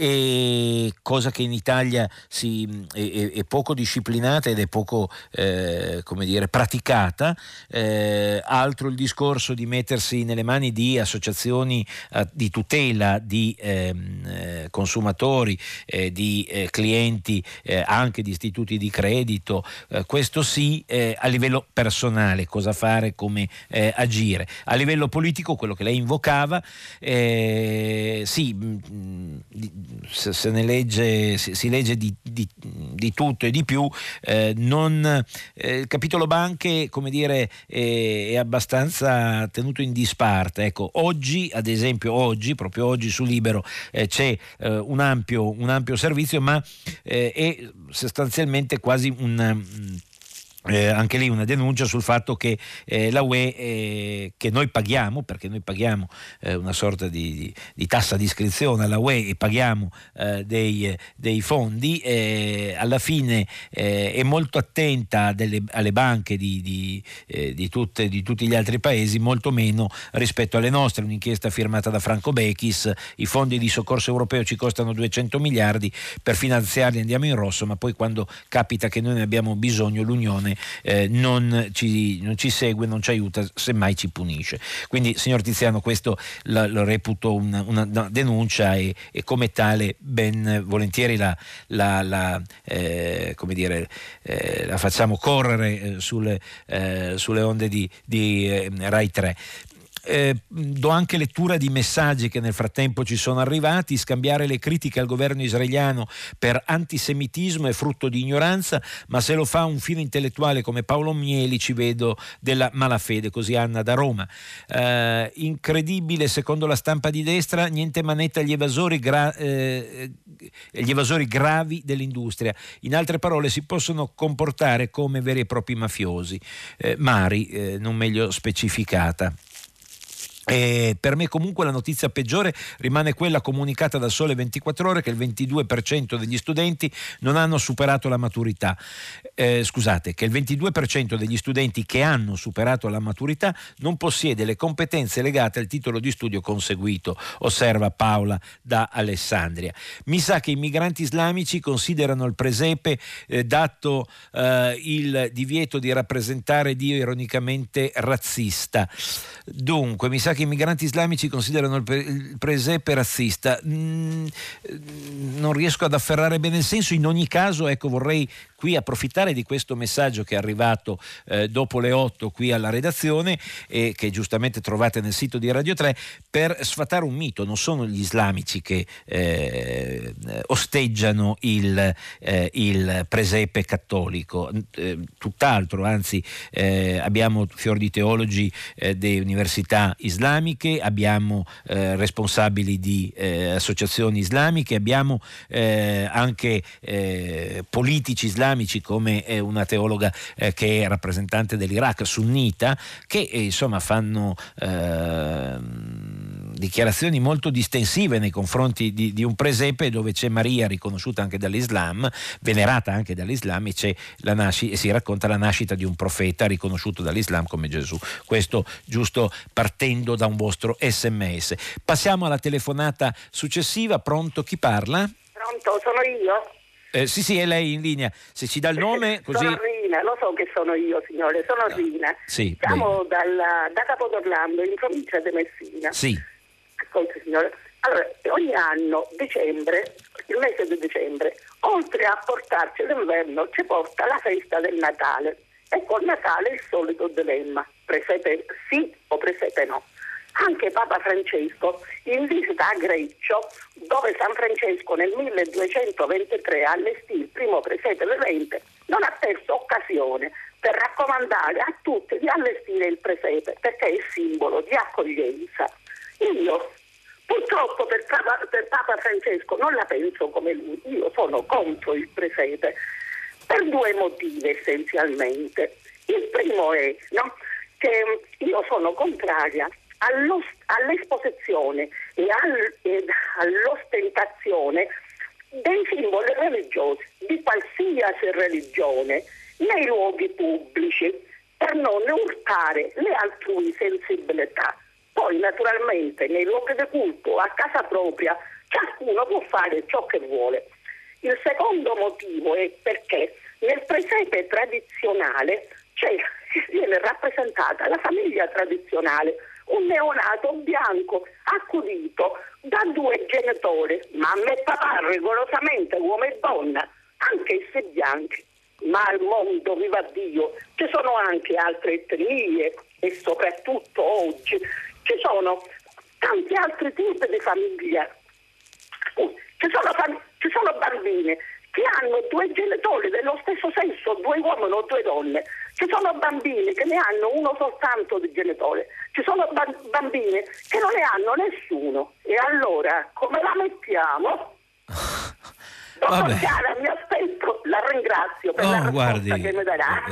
e cosa che in Italia si, è, è poco disciplinata ed è poco eh, come dire, praticata. Eh, altro il discorso di mettersi nelle mani di associazioni eh, di tutela di ehm, eh, consumatori, eh, di eh, clienti, eh, anche di istituti di credito, eh, questo sì, eh, a livello personale cosa fare, come eh, agire. A livello politico, quello che lei invocava, eh, sì, mh, se, se ne legge, si, si legge di, di, di tutto e di più. Eh, non, eh, il capitolo banche, come dire, è, è abbastanza tenuto in disparte. Ecco, oggi, ad esempio, oggi, proprio oggi su Libero, eh, c'è eh, un, ampio, un ampio servizio, ma eh, è sostanzialmente quasi un... Eh, anche lì una denuncia sul fatto che eh, la U E, eh, che noi paghiamo, perché noi paghiamo eh, una sorta di, di, di tassa di iscrizione alla U E e paghiamo eh, dei, dei fondi, eh, alla fine eh, è molto attenta delle, alle banche di, di, eh, di, tutte, di tutti gli altri paesi, molto meno rispetto alle nostre. Un'inchiesta firmata da Franco Bechis: i fondi di soccorso europeo ci costano duecento miliardi, per finanziarli andiamo in rosso, ma poi quando capita che noi ne abbiamo bisogno l'Unione Eh, non, ci, non ci segue, non ci aiuta, semmai ci punisce. Quindi, signor Tiziano, questo la, lo reputo una, una, una denuncia, e, e come tale ben volentieri la, la, la, eh, come dire, eh, la facciamo correre eh, sulle, eh, sulle onde di, di eh, Rai tre. Eh, do anche lettura di messaggi che nel frattempo ci sono arrivati. Scambiare le critiche al governo israeliano per antisemitismo è frutto di ignoranza, ma se lo fa un fine intellettuale come Paolo Mieli ci vedo della malafede. Così Anna da Roma. Eh, incredibile, secondo la stampa di destra, niente manetta agli evasori, gra- eh, gli evasori gravi dell'industria. In altre parole, si possono comportare come veri e propri mafiosi. Eh, Mari, eh, non meglio specificata. E per me comunque la notizia peggiore rimane quella comunicata da Sole ventiquattro Ore, che il ventidue per cento degli studenti non hanno superato la maturità. Eh, scusate, che il ventidue per cento degli studenti che hanno superato la maturità non possiede le competenze legate al titolo di studio conseguito, osserva Paola da Alessandria. Mi sa che i migranti islamici considerano il presepe, eh, dato eh, il divieto di rappresentare Dio, ironicamente razzista. Dunque, mi sa che i migranti islamici considerano il, pre- il presepe razzista. Mm, non riesco ad afferrare bene il senso. In ogni caso, ecco, vorrei qui approfittare di questo messaggio che è arrivato eh, dopo le otto qui alla redazione, e che giustamente trovate nel sito di Radio tre, per sfatare un mito. Non sono gli islamici che eh, osteggiano il, eh, il presepe cattolico, eh, tutt'altro, anzi eh, abbiamo fior di teologi eh, delle università islamiche, abbiamo eh, responsabili di eh, associazioni islamiche, abbiamo eh, anche eh, politici islamici, come eh, una teologa eh, che è rappresentante dell'Iraq sunnita, che eh, insomma fanno eh, dichiarazioni molto distensive nei confronti di, di un presepe dove c'è Maria riconosciuta anche dall'Islam, venerata anche dall'Islam, e, c'è la nasci- e si racconta la nascita di un profeta riconosciuto dall'Islam come Gesù. Questo giusto partendo da un vostro sms. Passiamo alla telefonata successiva. Pronto, chi parla? Pronto, sono io? Eh, sì, sì, è lei in linea. Se ci dà il nome, così... Sono Rina, lo so che sono io, signore, sono no. Rina. Sì, siamo dalla, da Capodorlando, in provincia di Messina. Sì. Ascolti, signore. Allora, ogni anno, dicembre, il mese di dicembre, oltre a portarci l'inverno, ci porta la festa del Natale. E col Natale il solito dilemma: presepe sì o presepe no. Anche Papa Francesco, in visita a Greccio, dove San Francesco nel milleduecentoventitré allestì il primo presepe vivente, non ha perso occasione per raccomandare a tutti di allestire il presepe, perché è simbolo di accoglienza. Io, purtroppo per Papa, per Papa Francesco, non la penso come lui. Io sono contro il presepe per due motivi essenzialmente. Il primo è, no, che io sono contraria Allo, all'esposizione e, al, e all'ostentazione dei simboli religiosi di qualsiasi religione nei luoghi pubblici, per non urtare le altrui sensibilità. Poi naturalmente nei luoghi di culto, a casa propria, ciascuno può fare ciò che vuole. Il secondo motivo è perché nel presepe tradizionale cioè, viene rappresentata la famiglia tradizionale, un neonato bianco accudito da due genitori, mamma e papà, rigorosamente uomo e donna, anche se bianchi. Ma al mondo, viva Dio, ci sono anche altre etnie e soprattutto oggi ci sono tanti altri tipi di famiglia. Ci sono, fam- ci sono bambini che hanno due genitori dello stesso sesso, due uomini o due donne. Ci sono bambini che ne hanno uno soltanto di genitore. Ci sono ba- bambini che non ne hanno nessuno. E allora, come la mettiamo? Dottor Chiara, mi aspetto, la ringrazio per oh, la risposta guardi. che mi darà.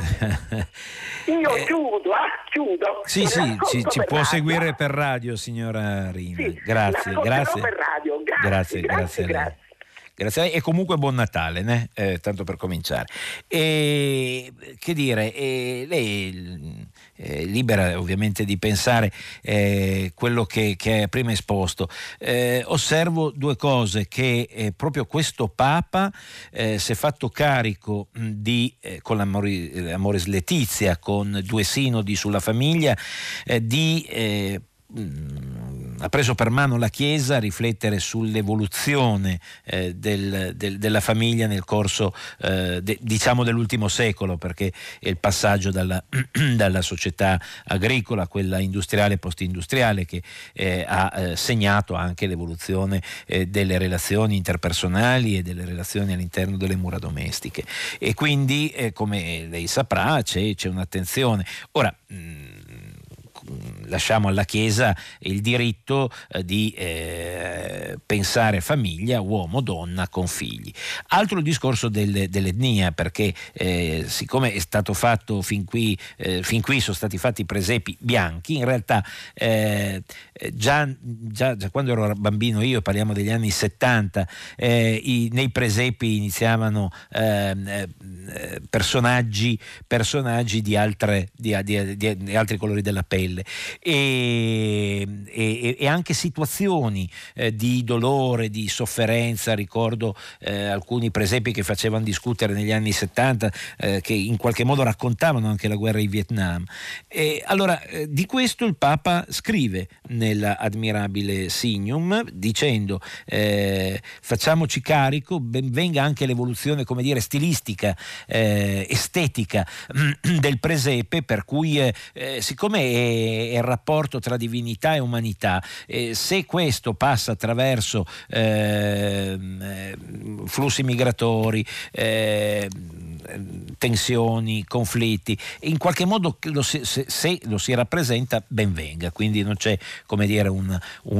Io eh, chiudo, ah, chiudo. Sì, sì, ci, ci può radio. seguire per radio, signora Rina. Sì, grazie, grazie. Per radio. Grazie, grazie, grazie, grazie. grazie. Grazie a lei e comunque buon Natale, né? eh, tanto per cominciare. E, che dire, eh, lei è libera ovviamente di pensare eh, quello che, che ha prima esposto. Eh, osservo due cose, che eh, proprio questo Papa eh, si è fatto carico mh, di, eh, con l'Amoris Laetitia, con due sinodi sulla famiglia, eh, di... Eh, ha preso per mano la Chiesa a riflettere sull'evoluzione eh, del, del, della famiglia nel corso eh, de, diciamo dell'ultimo secolo, perché è il passaggio dalla, dalla società agricola a quella industriale e post-industriale che eh, ha eh, segnato anche l'evoluzione eh, delle relazioni interpersonali e delle relazioni all'interno delle mura domestiche, e quindi eh, come lei saprà c'è, c'è un'attenzione. Ora mh, lasciamo alla Chiesa il diritto eh, di eh, pensare famiglia, uomo, donna con figli. Altro il discorso del, dell'etnia, perché eh, siccome è stato fatto fin qui, eh, fin qui sono stati fatti presepi bianchi, in realtà eh, già, già, già quando ero bambino io, parliamo degli anni settanta, eh, i, nei presepi iniziavano eh, eh, personaggi, personaggi di, altre, di, di, di, di altri colori della pelle. E, e, e anche situazioni eh, di dolore, di sofferenza. Ricordo eh, alcuni presepi che facevano discutere negli anni settanta, eh, che in qualche modo raccontavano anche la guerra in Vietnam. E allora eh, di questo il Papa scrive nell'Admirabile Signum, dicendo eh, facciamoci carico, ben venga anche l'evoluzione, come dire, stilistica, eh, estetica del presepe, per cui eh, eh, siccome è, è il rapporto tra divinità e umanità, eh, se questo passa attraverso eh, flussi migratori, eh, tensioni, conflitti, in qualche modo lo si, se, se lo si rappresenta, ben venga. Quindi non c'è, come dire, un,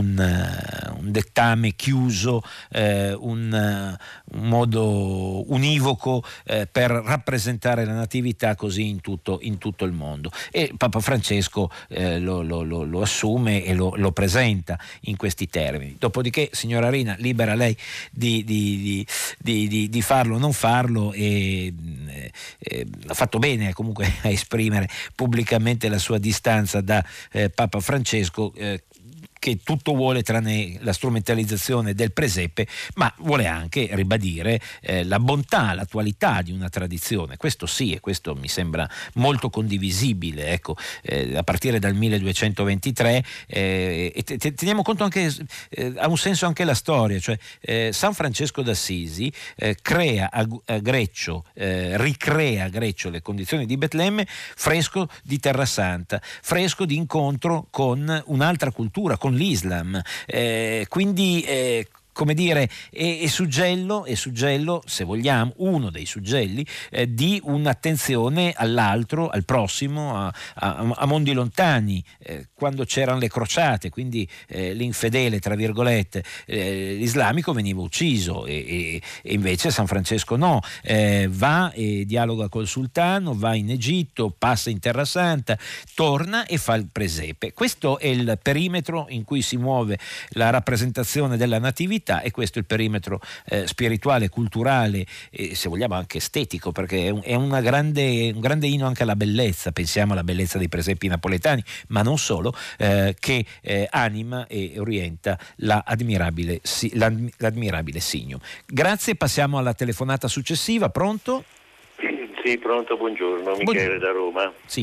un, un dettame chiuso, eh, un, un modo univoco eh, per rappresentare la natività così in tutto, in tutto il mondo. E Papa Francesco eh, lo, lo, lo, lo assume e lo, lo presenta in questi termini. Dopodiché, signora Rina, libera lei di, di, di, di, di farlo o non farlo, e eh, eh, ha fatto bene comunque a esprimere pubblicamente la sua distanza da eh, Papa Francesco, eh, che tutto vuole tranne la strumentalizzazione del presepe, ma vuole anche ribadire eh, la bontà, l'attualità di una tradizione. Questo sì, e questo mi sembra molto condivisibile, ecco, eh, a partire dal milleduecentoventitré, eh, e te, te, teniamo conto anche, eh, ha un senso anche la storia, cioè eh, San Francesco d'Assisi eh, crea a, a Greccio, eh, ricrea a Greccio le condizioni di Betlemme, fresco di Terra Santa, fresco di incontro con un'altra cultura, con l'Islam, eh, quindi eh, come dire, è, è suggello, è suggello, se vogliamo, uno dei suggelli eh, di un'attenzione all'altro, al prossimo, a, a, a mondi lontani. Eh, quando c'erano le crociate, quindi eh, l'infedele, tra virgolette, eh, l'islamico veniva ucciso, e, e, e invece San Francesco no, eh, va e dialoga col sultano, va in Egitto, passa in Terra Santa, torna e fa il presepe. Questo è il perimetro in cui si muove la rappresentazione della natività, spiritualità, e questo è il perimetro eh, spirituale, culturale e se vogliamo anche estetico, perché è, un, è una grande, un grande inno anche alla bellezza. Pensiamo alla bellezza dei presepi napoletani, ma non solo, eh, che eh, anima e orienta la admirabile, si, l'admirabile Signo. Grazie, passiamo alla telefonata successiva. Pronto? Sì, pronto, buongiorno, Michele buongiorno. Da Roma. Sì.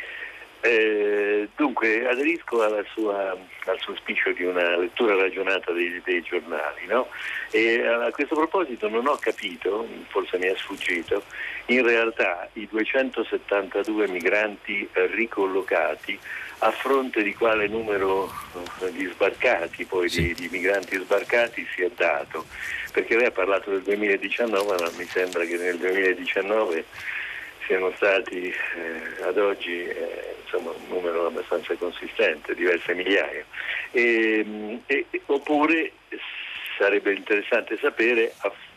Eh, dunque, aderisco alla sua, al suo auspicio di una lettura ragionata dei, dei giornali, no? E a questo proposito non ho capito, forse mi è sfuggito, in realtà i duecentosettantadue migranti ricollocati a fronte di quale numero di sbarcati, poi sì. di, di migranti sbarcati si è dato, perché lei ha parlato del duemiladiciannove, ma mi sembra che nel duemiladiciannove siano stati eh, ad oggi eh, insomma un numero abbastanza consistente, diverse migliaia. E, e, oppure sarebbe interessante sapere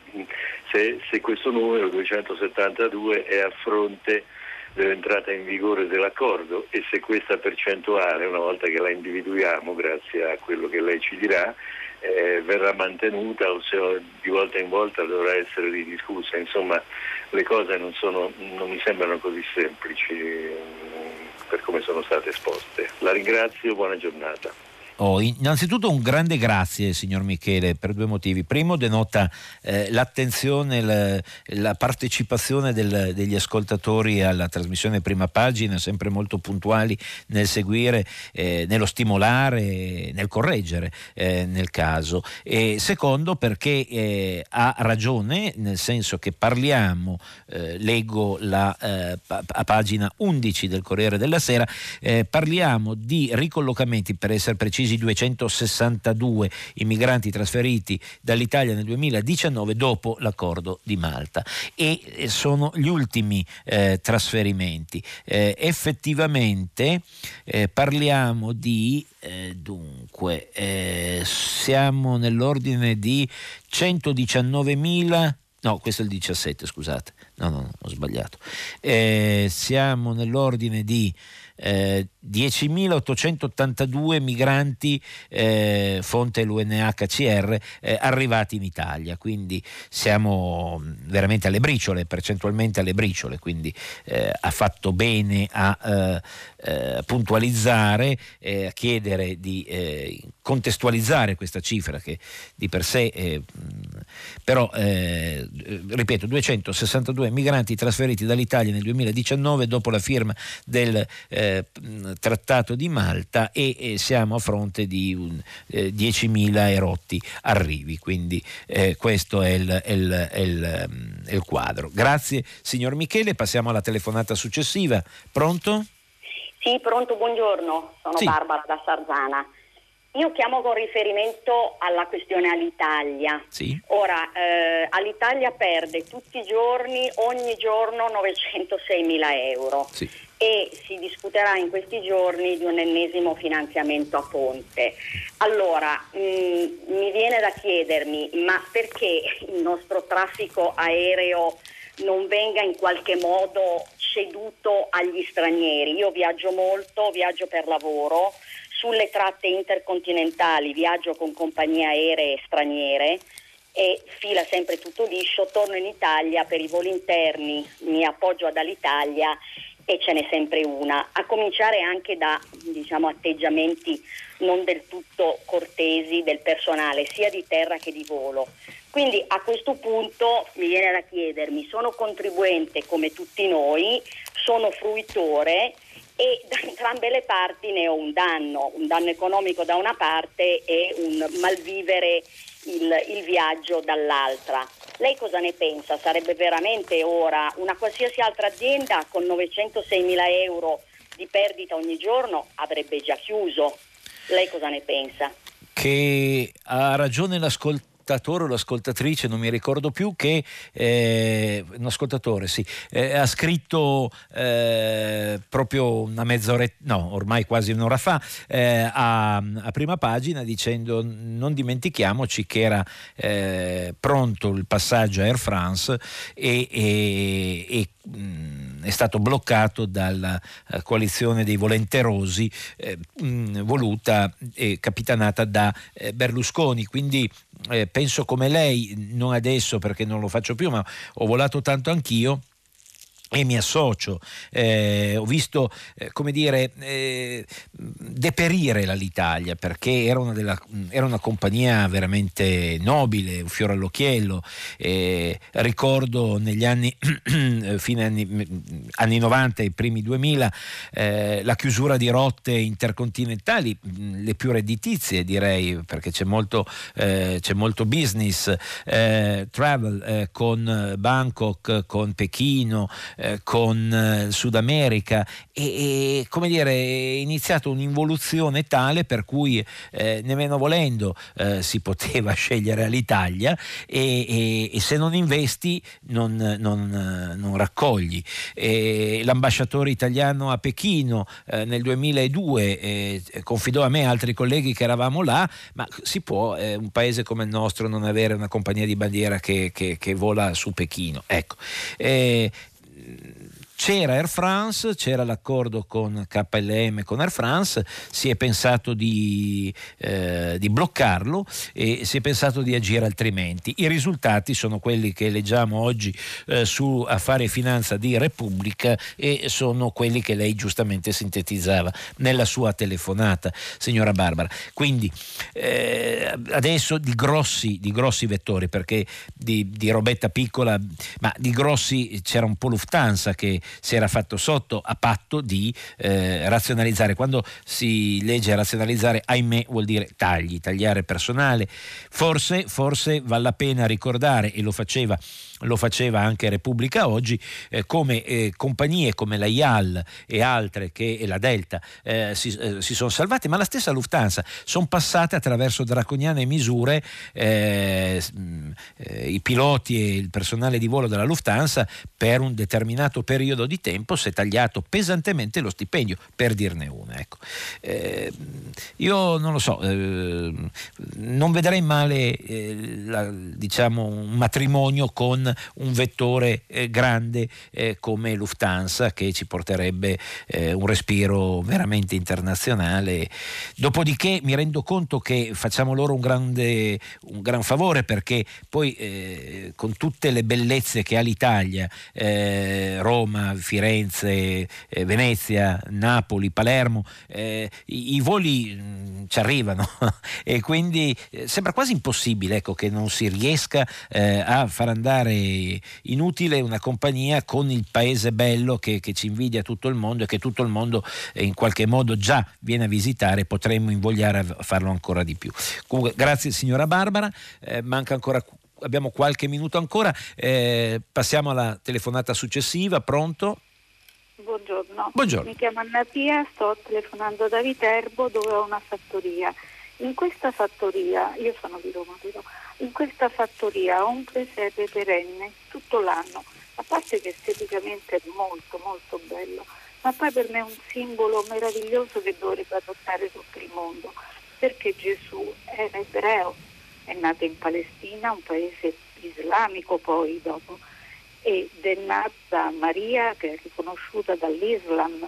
se, se questo numero duecentosettantadue è a fronte dell'entrata in vigore dell'accordo e se questa percentuale, una volta che la individuiamo grazie a quello che lei ci dirà, eh, verrà mantenuta o se di volta in volta dovrà essere ridiscussa. Insomma, le cose non sono, non mi sembrano così semplici mh, per come sono state esposte. La ringrazio, buona giornata. Oh, innanzitutto un grande grazie signor Michele per due motivi. Primo, denota eh, l'attenzione, la, la partecipazione del, degli ascoltatori alla trasmissione Prima Pagina, sempre molto puntuali nel seguire, eh, nello stimolare, nel correggere eh, nel caso. E secondo, perché eh, ha ragione, nel senso che parliamo, eh, leggo la eh, a pagina undici del Corriere della Sera, eh, parliamo di ricollocamenti, per essere precisi duecentosessantadue i migranti trasferiti dall'Italia nel duemiladiciannove dopo l'accordo di Malta, e sono gli ultimi eh, trasferimenti. Eh, effettivamente eh, parliamo di eh, dunque eh, siamo nell'ordine di centodiciannovemila. No, questo è il diciassette, scusate. No, no, no, ho sbagliato. Eh, siamo nell'ordine di eh, diecimilaottocentottantadue migranti, eh, fonte l'U N H C R, eh, arrivati in Italia, quindi siamo veramente alle briciole, percentualmente alle briciole, quindi eh, ha fatto bene a eh, eh, puntualizzare, eh, a chiedere di eh, contestualizzare questa cifra che di per sé eh, però eh, ripeto, duecentosessantadue migranti trasferiti dall'Italia nel duemiladiciannove dopo la firma del eh, trattato di Malta, e, e siamo a fronte di un, eh, diecimila erotti arrivi, quindi eh, questo è il, è, il, è, il, è il quadro. Grazie signor Michele, passiamo alla telefonata successiva. Pronto? Sì, pronto, buongiorno, sono sì. Barbara da Sarzana. Io chiamo con riferimento alla questione Alitalia. Sì. Ora, eh, Alitalia perde tutti i giorni, ogni giorno novecentoseimila euro. Sì. E si discuterà in questi giorni di un ennesimo finanziamento a ponte. Allora, mh, mi viene da chiedermi, ma perché il nostro traffico aereo non venga in qualche modo ceduto agli stranieri? Io viaggio molto, viaggio per lavoro, sulle tratte intercontinentali viaggio con compagnie aeree straniere e fila sempre tutto liscio, torno in Italia per i voli interni, mi appoggio ad Alitalia e ce n'è sempre una, a cominciare anche da, diciamo, atteggiamenti non del tutto cortesi del personale sia di terra che di volo. Quindi a questo punto mi viene da chiedermi, sono contribuente come tutti noi, sono fruitore e da entrambe le parti ne ho un danno, un danno economico da una parte e un malvivere il, il viaggio dall'altra. Lei cosa ne pensa? Sarebbe veramente ora una qualsiasi altra azienda con novecentoseimila euro di perdita ogni giorno avrebbe già chiuso. Lei cosa ne pensa? Che ha ragione l'ascoltatore o l'ascoltatrice, non mi ricordo più, che eh, un ascoltatore sì, eh, ha scritto eh, proprio una mezz'oretta, no, ormai quasi un'ora fa, eh, a, a Prima Pagina, dicendo non dimentichiamoci che era eh, pronto il passaggio a Air France e, e, e mh, è stato bloccato dalla uh, coalizione dei volenterosi eh, mh, voluta e capitanata da eh, Berlusconi. Quindi eh, penso come lei, non adesso perché non lo faccio più, ma ho volato tanto anch'io e mi associo. Eh, ho visto eh, come dire eh, deperire l'Alitalia, perché era una, della, era una compagnia veramente nobile, un fiore all'occhiello. Eh, ricordo negli anni fine anni, anni novanta e primi duemila eh, la chiusura di rotte intercontinentali, le più redditizie direi, perché c'è molto, eh, c'è molto business eh, travel eh, con Bangkok, con Pechino, Eh, con eh, Sud America e, e come dire è iniziata un'involuzione tale per cui eh, nemmeno volendo eh, si poteva scegliere Alitalia e, e, e se non investi non, non, non raccogli. E l'ambasciatore italiano a Pechino eh, nel duemiladue eh, confidò a me e altri colleghi che eravamo là, ma si può eh, un paese come il nostro non avere una compagnia di bandiera che, che, che vola su Pechino? Ecco. Eh, C'era Air France, c'era l'accordo con K L M, con Air France, si è pensato di, eh, di bloccarlo e si è pensato di agire altrimenti. I risultati sono quelli che leggiamo oggi eh, su Affari e Finanza di Repubblica e sono quelli che lei giustamente sintetizzava nella sua telefonata, signora Barbara. Quindi eh, adesso di grossi, di grossi vettori, perché di, di robetta piccola, ma di grossi c'era un po' Lufthansa che si era fatto sotto a patto di eh, razionalizzare. Quando si legge razionalizzare, ahimè, vuol dire tagli, tagliare personale. Forse, forse vale la pena ricordare, e lo faceva lo faceva anche Repubblica oggi, eh, come eh, compagnie come la I A L e altre che e la Delta eh, si, eh, si sono salvate, ma la stessa Lufthansa sono passate attraverso draconiane misure. eh, eh, i piloti e il personale di volo della Lufthansa per un determinato periodo di tempo si è tagliato pesantemente lo stipendio, per dirne una. Ecco. Eh, io non lo so, eh, non vedrei male eh, la, diciamo un matrimonio con un vettore eh, grande eh, come Lufthansa, che ci porterebbe eh, un respiro veramente internazionale. Dopodiché mi rendo conto che facciamo loro un grande un gran favore, perché poi eh, con tutte le bellezze che ha l'Italia, eh, Roma, Firenze, eh, Venezia, Napoli, Palermo, eh, i, i voli mh, ci arrivano e quindi eh, sembra quasi impossibile, ecco, che non si riesca eh, a far andare inutile una compagnia con il paese bello che, che ci invidia tutto il mondo e che tutto il mondo eh, in qualche modo già viene a visitare. Potremmo invogliare a farlo ancora di più. Comunque grazie signora Barbara, eh, manca ancora abbiamo qualche minuto ancora, eh, passiamo alla telefonata successiva. Pronto? Buongiorno. Buongiorno. Mi chiamo Anna Pia, sto telefonando da Viterbo dove ho una fattoria. In questa fattoria, io sono di Roma però, in questa fattoria ho un presepe perenne tutto l'anno, a parte che esteticamente è molto molto bello, ma poi per me è un simbolo meraviglioso che dovrebbe adottare tutto il mondo, perché Gesù era ebreo, è nato in Palestina, un paese islamico poi dopo, ed è nata Maria che è riconosciuta dall'Islam.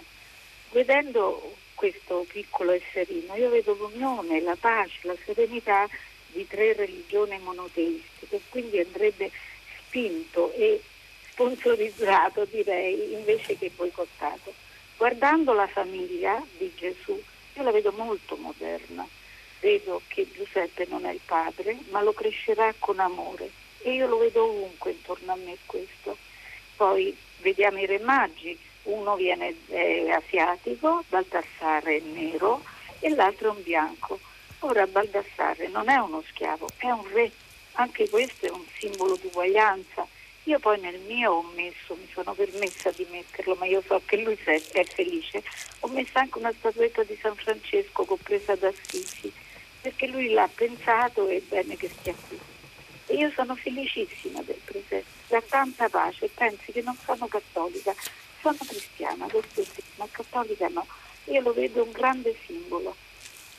Vedendo questo piccolo esserino io vedo l'unione, la pace, la serenità di tre religioni monoteistiche, quindi andrebbe spinto e sponsorizzato, direi, invece che boicottato. Guardando la famiglia di Gesù, io la vedo molto moderna, vedo che Giuseppe non è il padre, ma lo crescerà con amore e io lo vedo ovunque intorno a me questo. Poi vediamo i re magi, uno viene è asiatico, Baldassarre è nero e l'altro è un bianco. Ora Baldassarre non è uno schiavo, è un re, anche questo è un simbolo di uguaglianza. Io poi nel mio ho messo, mi sono permessa di metterlo, ma io so che lui è felice, ho messo anche una statuetta di San Francesco che ho presa da Assisi, perché lui l'ha pensato e è bene che stia qui. E io sono felicissima del presepe, da tanta pace. Pensi che non sono cattolica, sono cristiana, lo stesso, ma cattolica no. Io lo vedo un grande simbolo.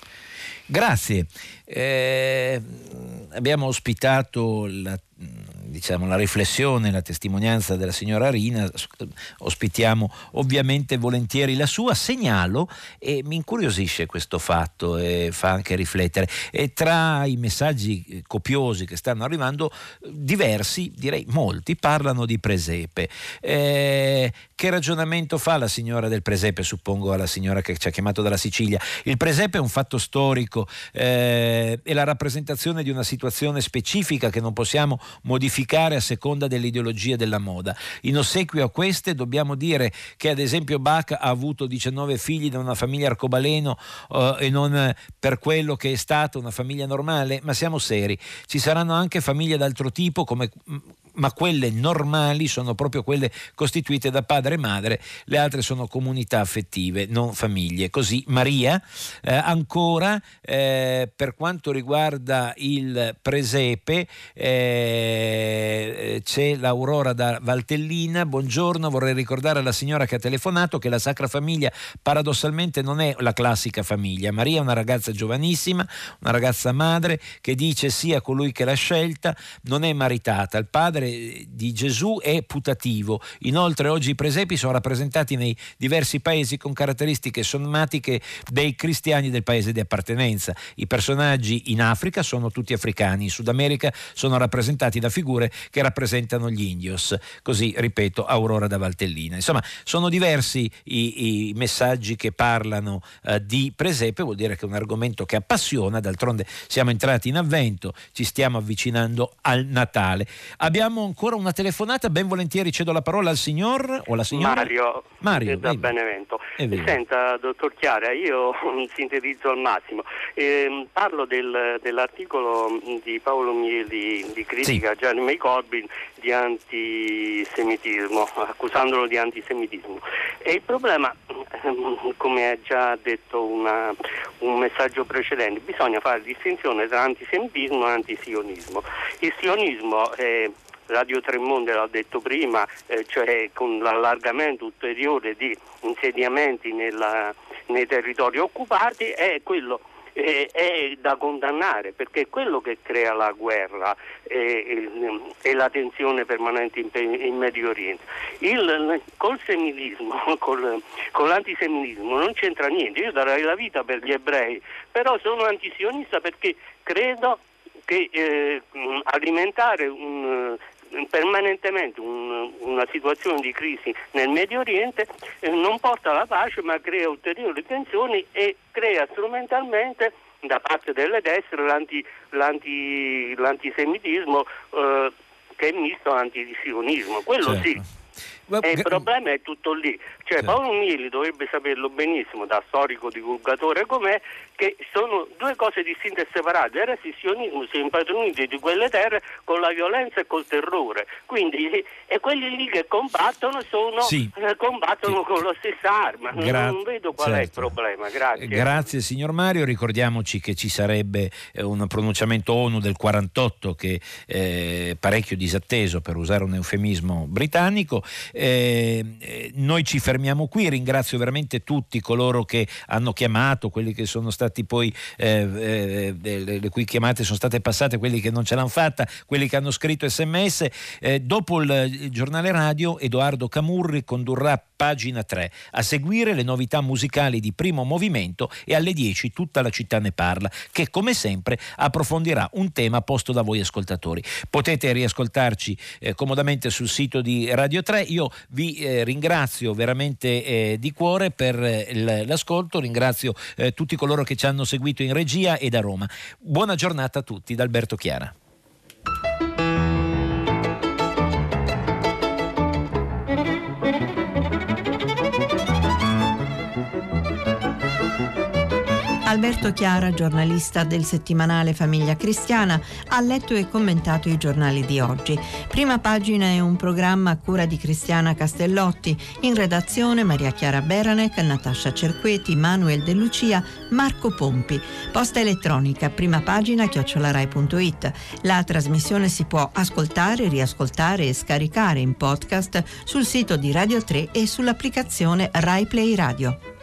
Grazie. Eh, abbiamo ospitato la diciamo, la riflessione, la testimonianza della signora Rina, ospitiamo ovviamente volentieri la sua. Segnalo, e mi incuriosisce questo fatto e fa anche riflettere, e tra i messaggi copiosi che stanno arrivando, diversi, direi molti, parlano di presepe. Eh, che ragionamento fa la signora del presepe, suppongo alla signora che ci ha chiamato dalla Sicilia? Il presepe è un fatto storico, eh, è la rappresentazione di una situazione specifica che non possiamo modificare a seconda dell'ideologia della moda. In ossequio a queste dobbiamo dire che ad esempio Bach ha avuto diciannove figli da una famiglia arcobaleno eh, e non per quello che è stata una famiglia normale, ma siamo seri, ci saranno anche famiglie d'altro tipo, come ma quelle normali sono proprio quelle costituite da padre e madre, le altre sono comunità affettive, non famiglie. Così Maria, eh, ancora eh, per quanto riguarda il presepe, eh, c'è l'Aurora da Valtellina. Buongiorno, vorrei ricordare alla signora che ha telefonato che la Sacra Famiglia paradossalmente non è la classica famiglia. Maria è una ragazza giovanissima, una ragazza madre che dice sì a colui che l'ha scelta, non è maritata, il padre di Gesù è putativo. Inoltre oggi i presepi sono rappresentati nei diversi paesi con caratteristiche sommatiche dei cristiani del paese di appartenenza. I personaggi in Africa sono tutti africani, in Sud America sono rappresentati da figure che rappresentano gli indios. Così, ripeto, Aurora da Valtellina. Insomma, sono diversi i, i messaggi che parlano eh, di presepe. Vuol dire che è un argomento che appassiona. D'altronde siamo entrati in avvento, ci stiamo avvicinando al Natale. Abbiamo ancora una telefonata, ben volentieri cedo la parola al signor o alla signora Mario, Mario da Benevento. Senta, dottor Chiara, io sintetizzo al massimo. Eh, parlo del, dell'articolo di Paolo Mieli di critica a sì. Jeremy Corbyn di antisemitismo, accusandolo di antisemitismo. E il problema, come ha già detto una, un messaggio precedente, bisogna fare distinzione tra antisemitismo e antisionismo. Il sionismo è Radio Tremonti l'ha detto prima, eh, cioè con l'allargamento ulteriore di insediamenti nella, nei territori occupati, è quello eh, è da condannare, perché è quello che crea la guerra e eh, la tensione permanente in, in Medio Oriente. Il, col semitismo, col, con l'antisemitismo non c'entra niente. Io darei la vita per gli ebrei, però sono antisionista perché credo che eh, alimentare un permanentemente un, una situazione di crisi nel Medio Oriente eh, non porta alla pace, ma crea ulteriori tensioni e crea strumentalmente da parte delle destre l'anti, l'anti, l'antisemitismo eh, che è misto all'antisionismo, quello certo. Sì. E il problema è tutto lì, cioè certo. Paolo Mieli dovrebbe saperlo benissimo, da storico divulgatore com'è, che sono due cose distinte e separate. Era il sionismo si è impadronito di quelle terre con la violenza e col terrore, quindi e quelli lì che combattono sono sì. eh, combattono sì. con la stessa arma. Gra- non vedo qual certo. è il problema. Grazie. Grazie signor Mario, ricordiamoci che ci sarebbe eh, un pronunciamento ONU del quarantotto che è eh, parecchio disatteso, per usare un eufemismo britannico. Eh, noi ci fermiamo qui, ringrazio veramente tutti coloro che hanno chiamato, quelli che sono stati poi eh, eh, le, le cui chiamate sono state passate, quelli che non ce l'hanno fatta, quelli che hanno scritto sms. Eh, dopo il, il giornale radio Edoardo Camurri condurrà Pagina tre, a seguire le novità musicali di Primo Movimento e alle dieci Tutta la città ne parla, che come sempre approfondirà un tema posto da voi ascoltatori. Potete riascoltarci eh, comodamente sul sito di Radio tre. Io vi eh, ringrazio veramente eh, di cuore per eh, l'ascolto, ringrazio eh, tutti coloro che ci hanno seguito in regia e da Roma. Buona giornata a tutti da Alberto Chiara. Alberto Chiara, giornalista del settimanale Famiglia Cristiana, ha letto e commentato i giornali di oggi. Prima Pagina è un programma a cura di Cristiana Castellotti, in redazione Maria Chiara Beranec, Natascia Cerqueti, Manuel De Lucia, Marco Pompi. Posta elettronica primapagina chiocciola rai punto it. La trasmissione si può ascoltare, riascoltare e scaricare in podcast sul sito di Radio tre e sull'applicazione Rai Play Radio.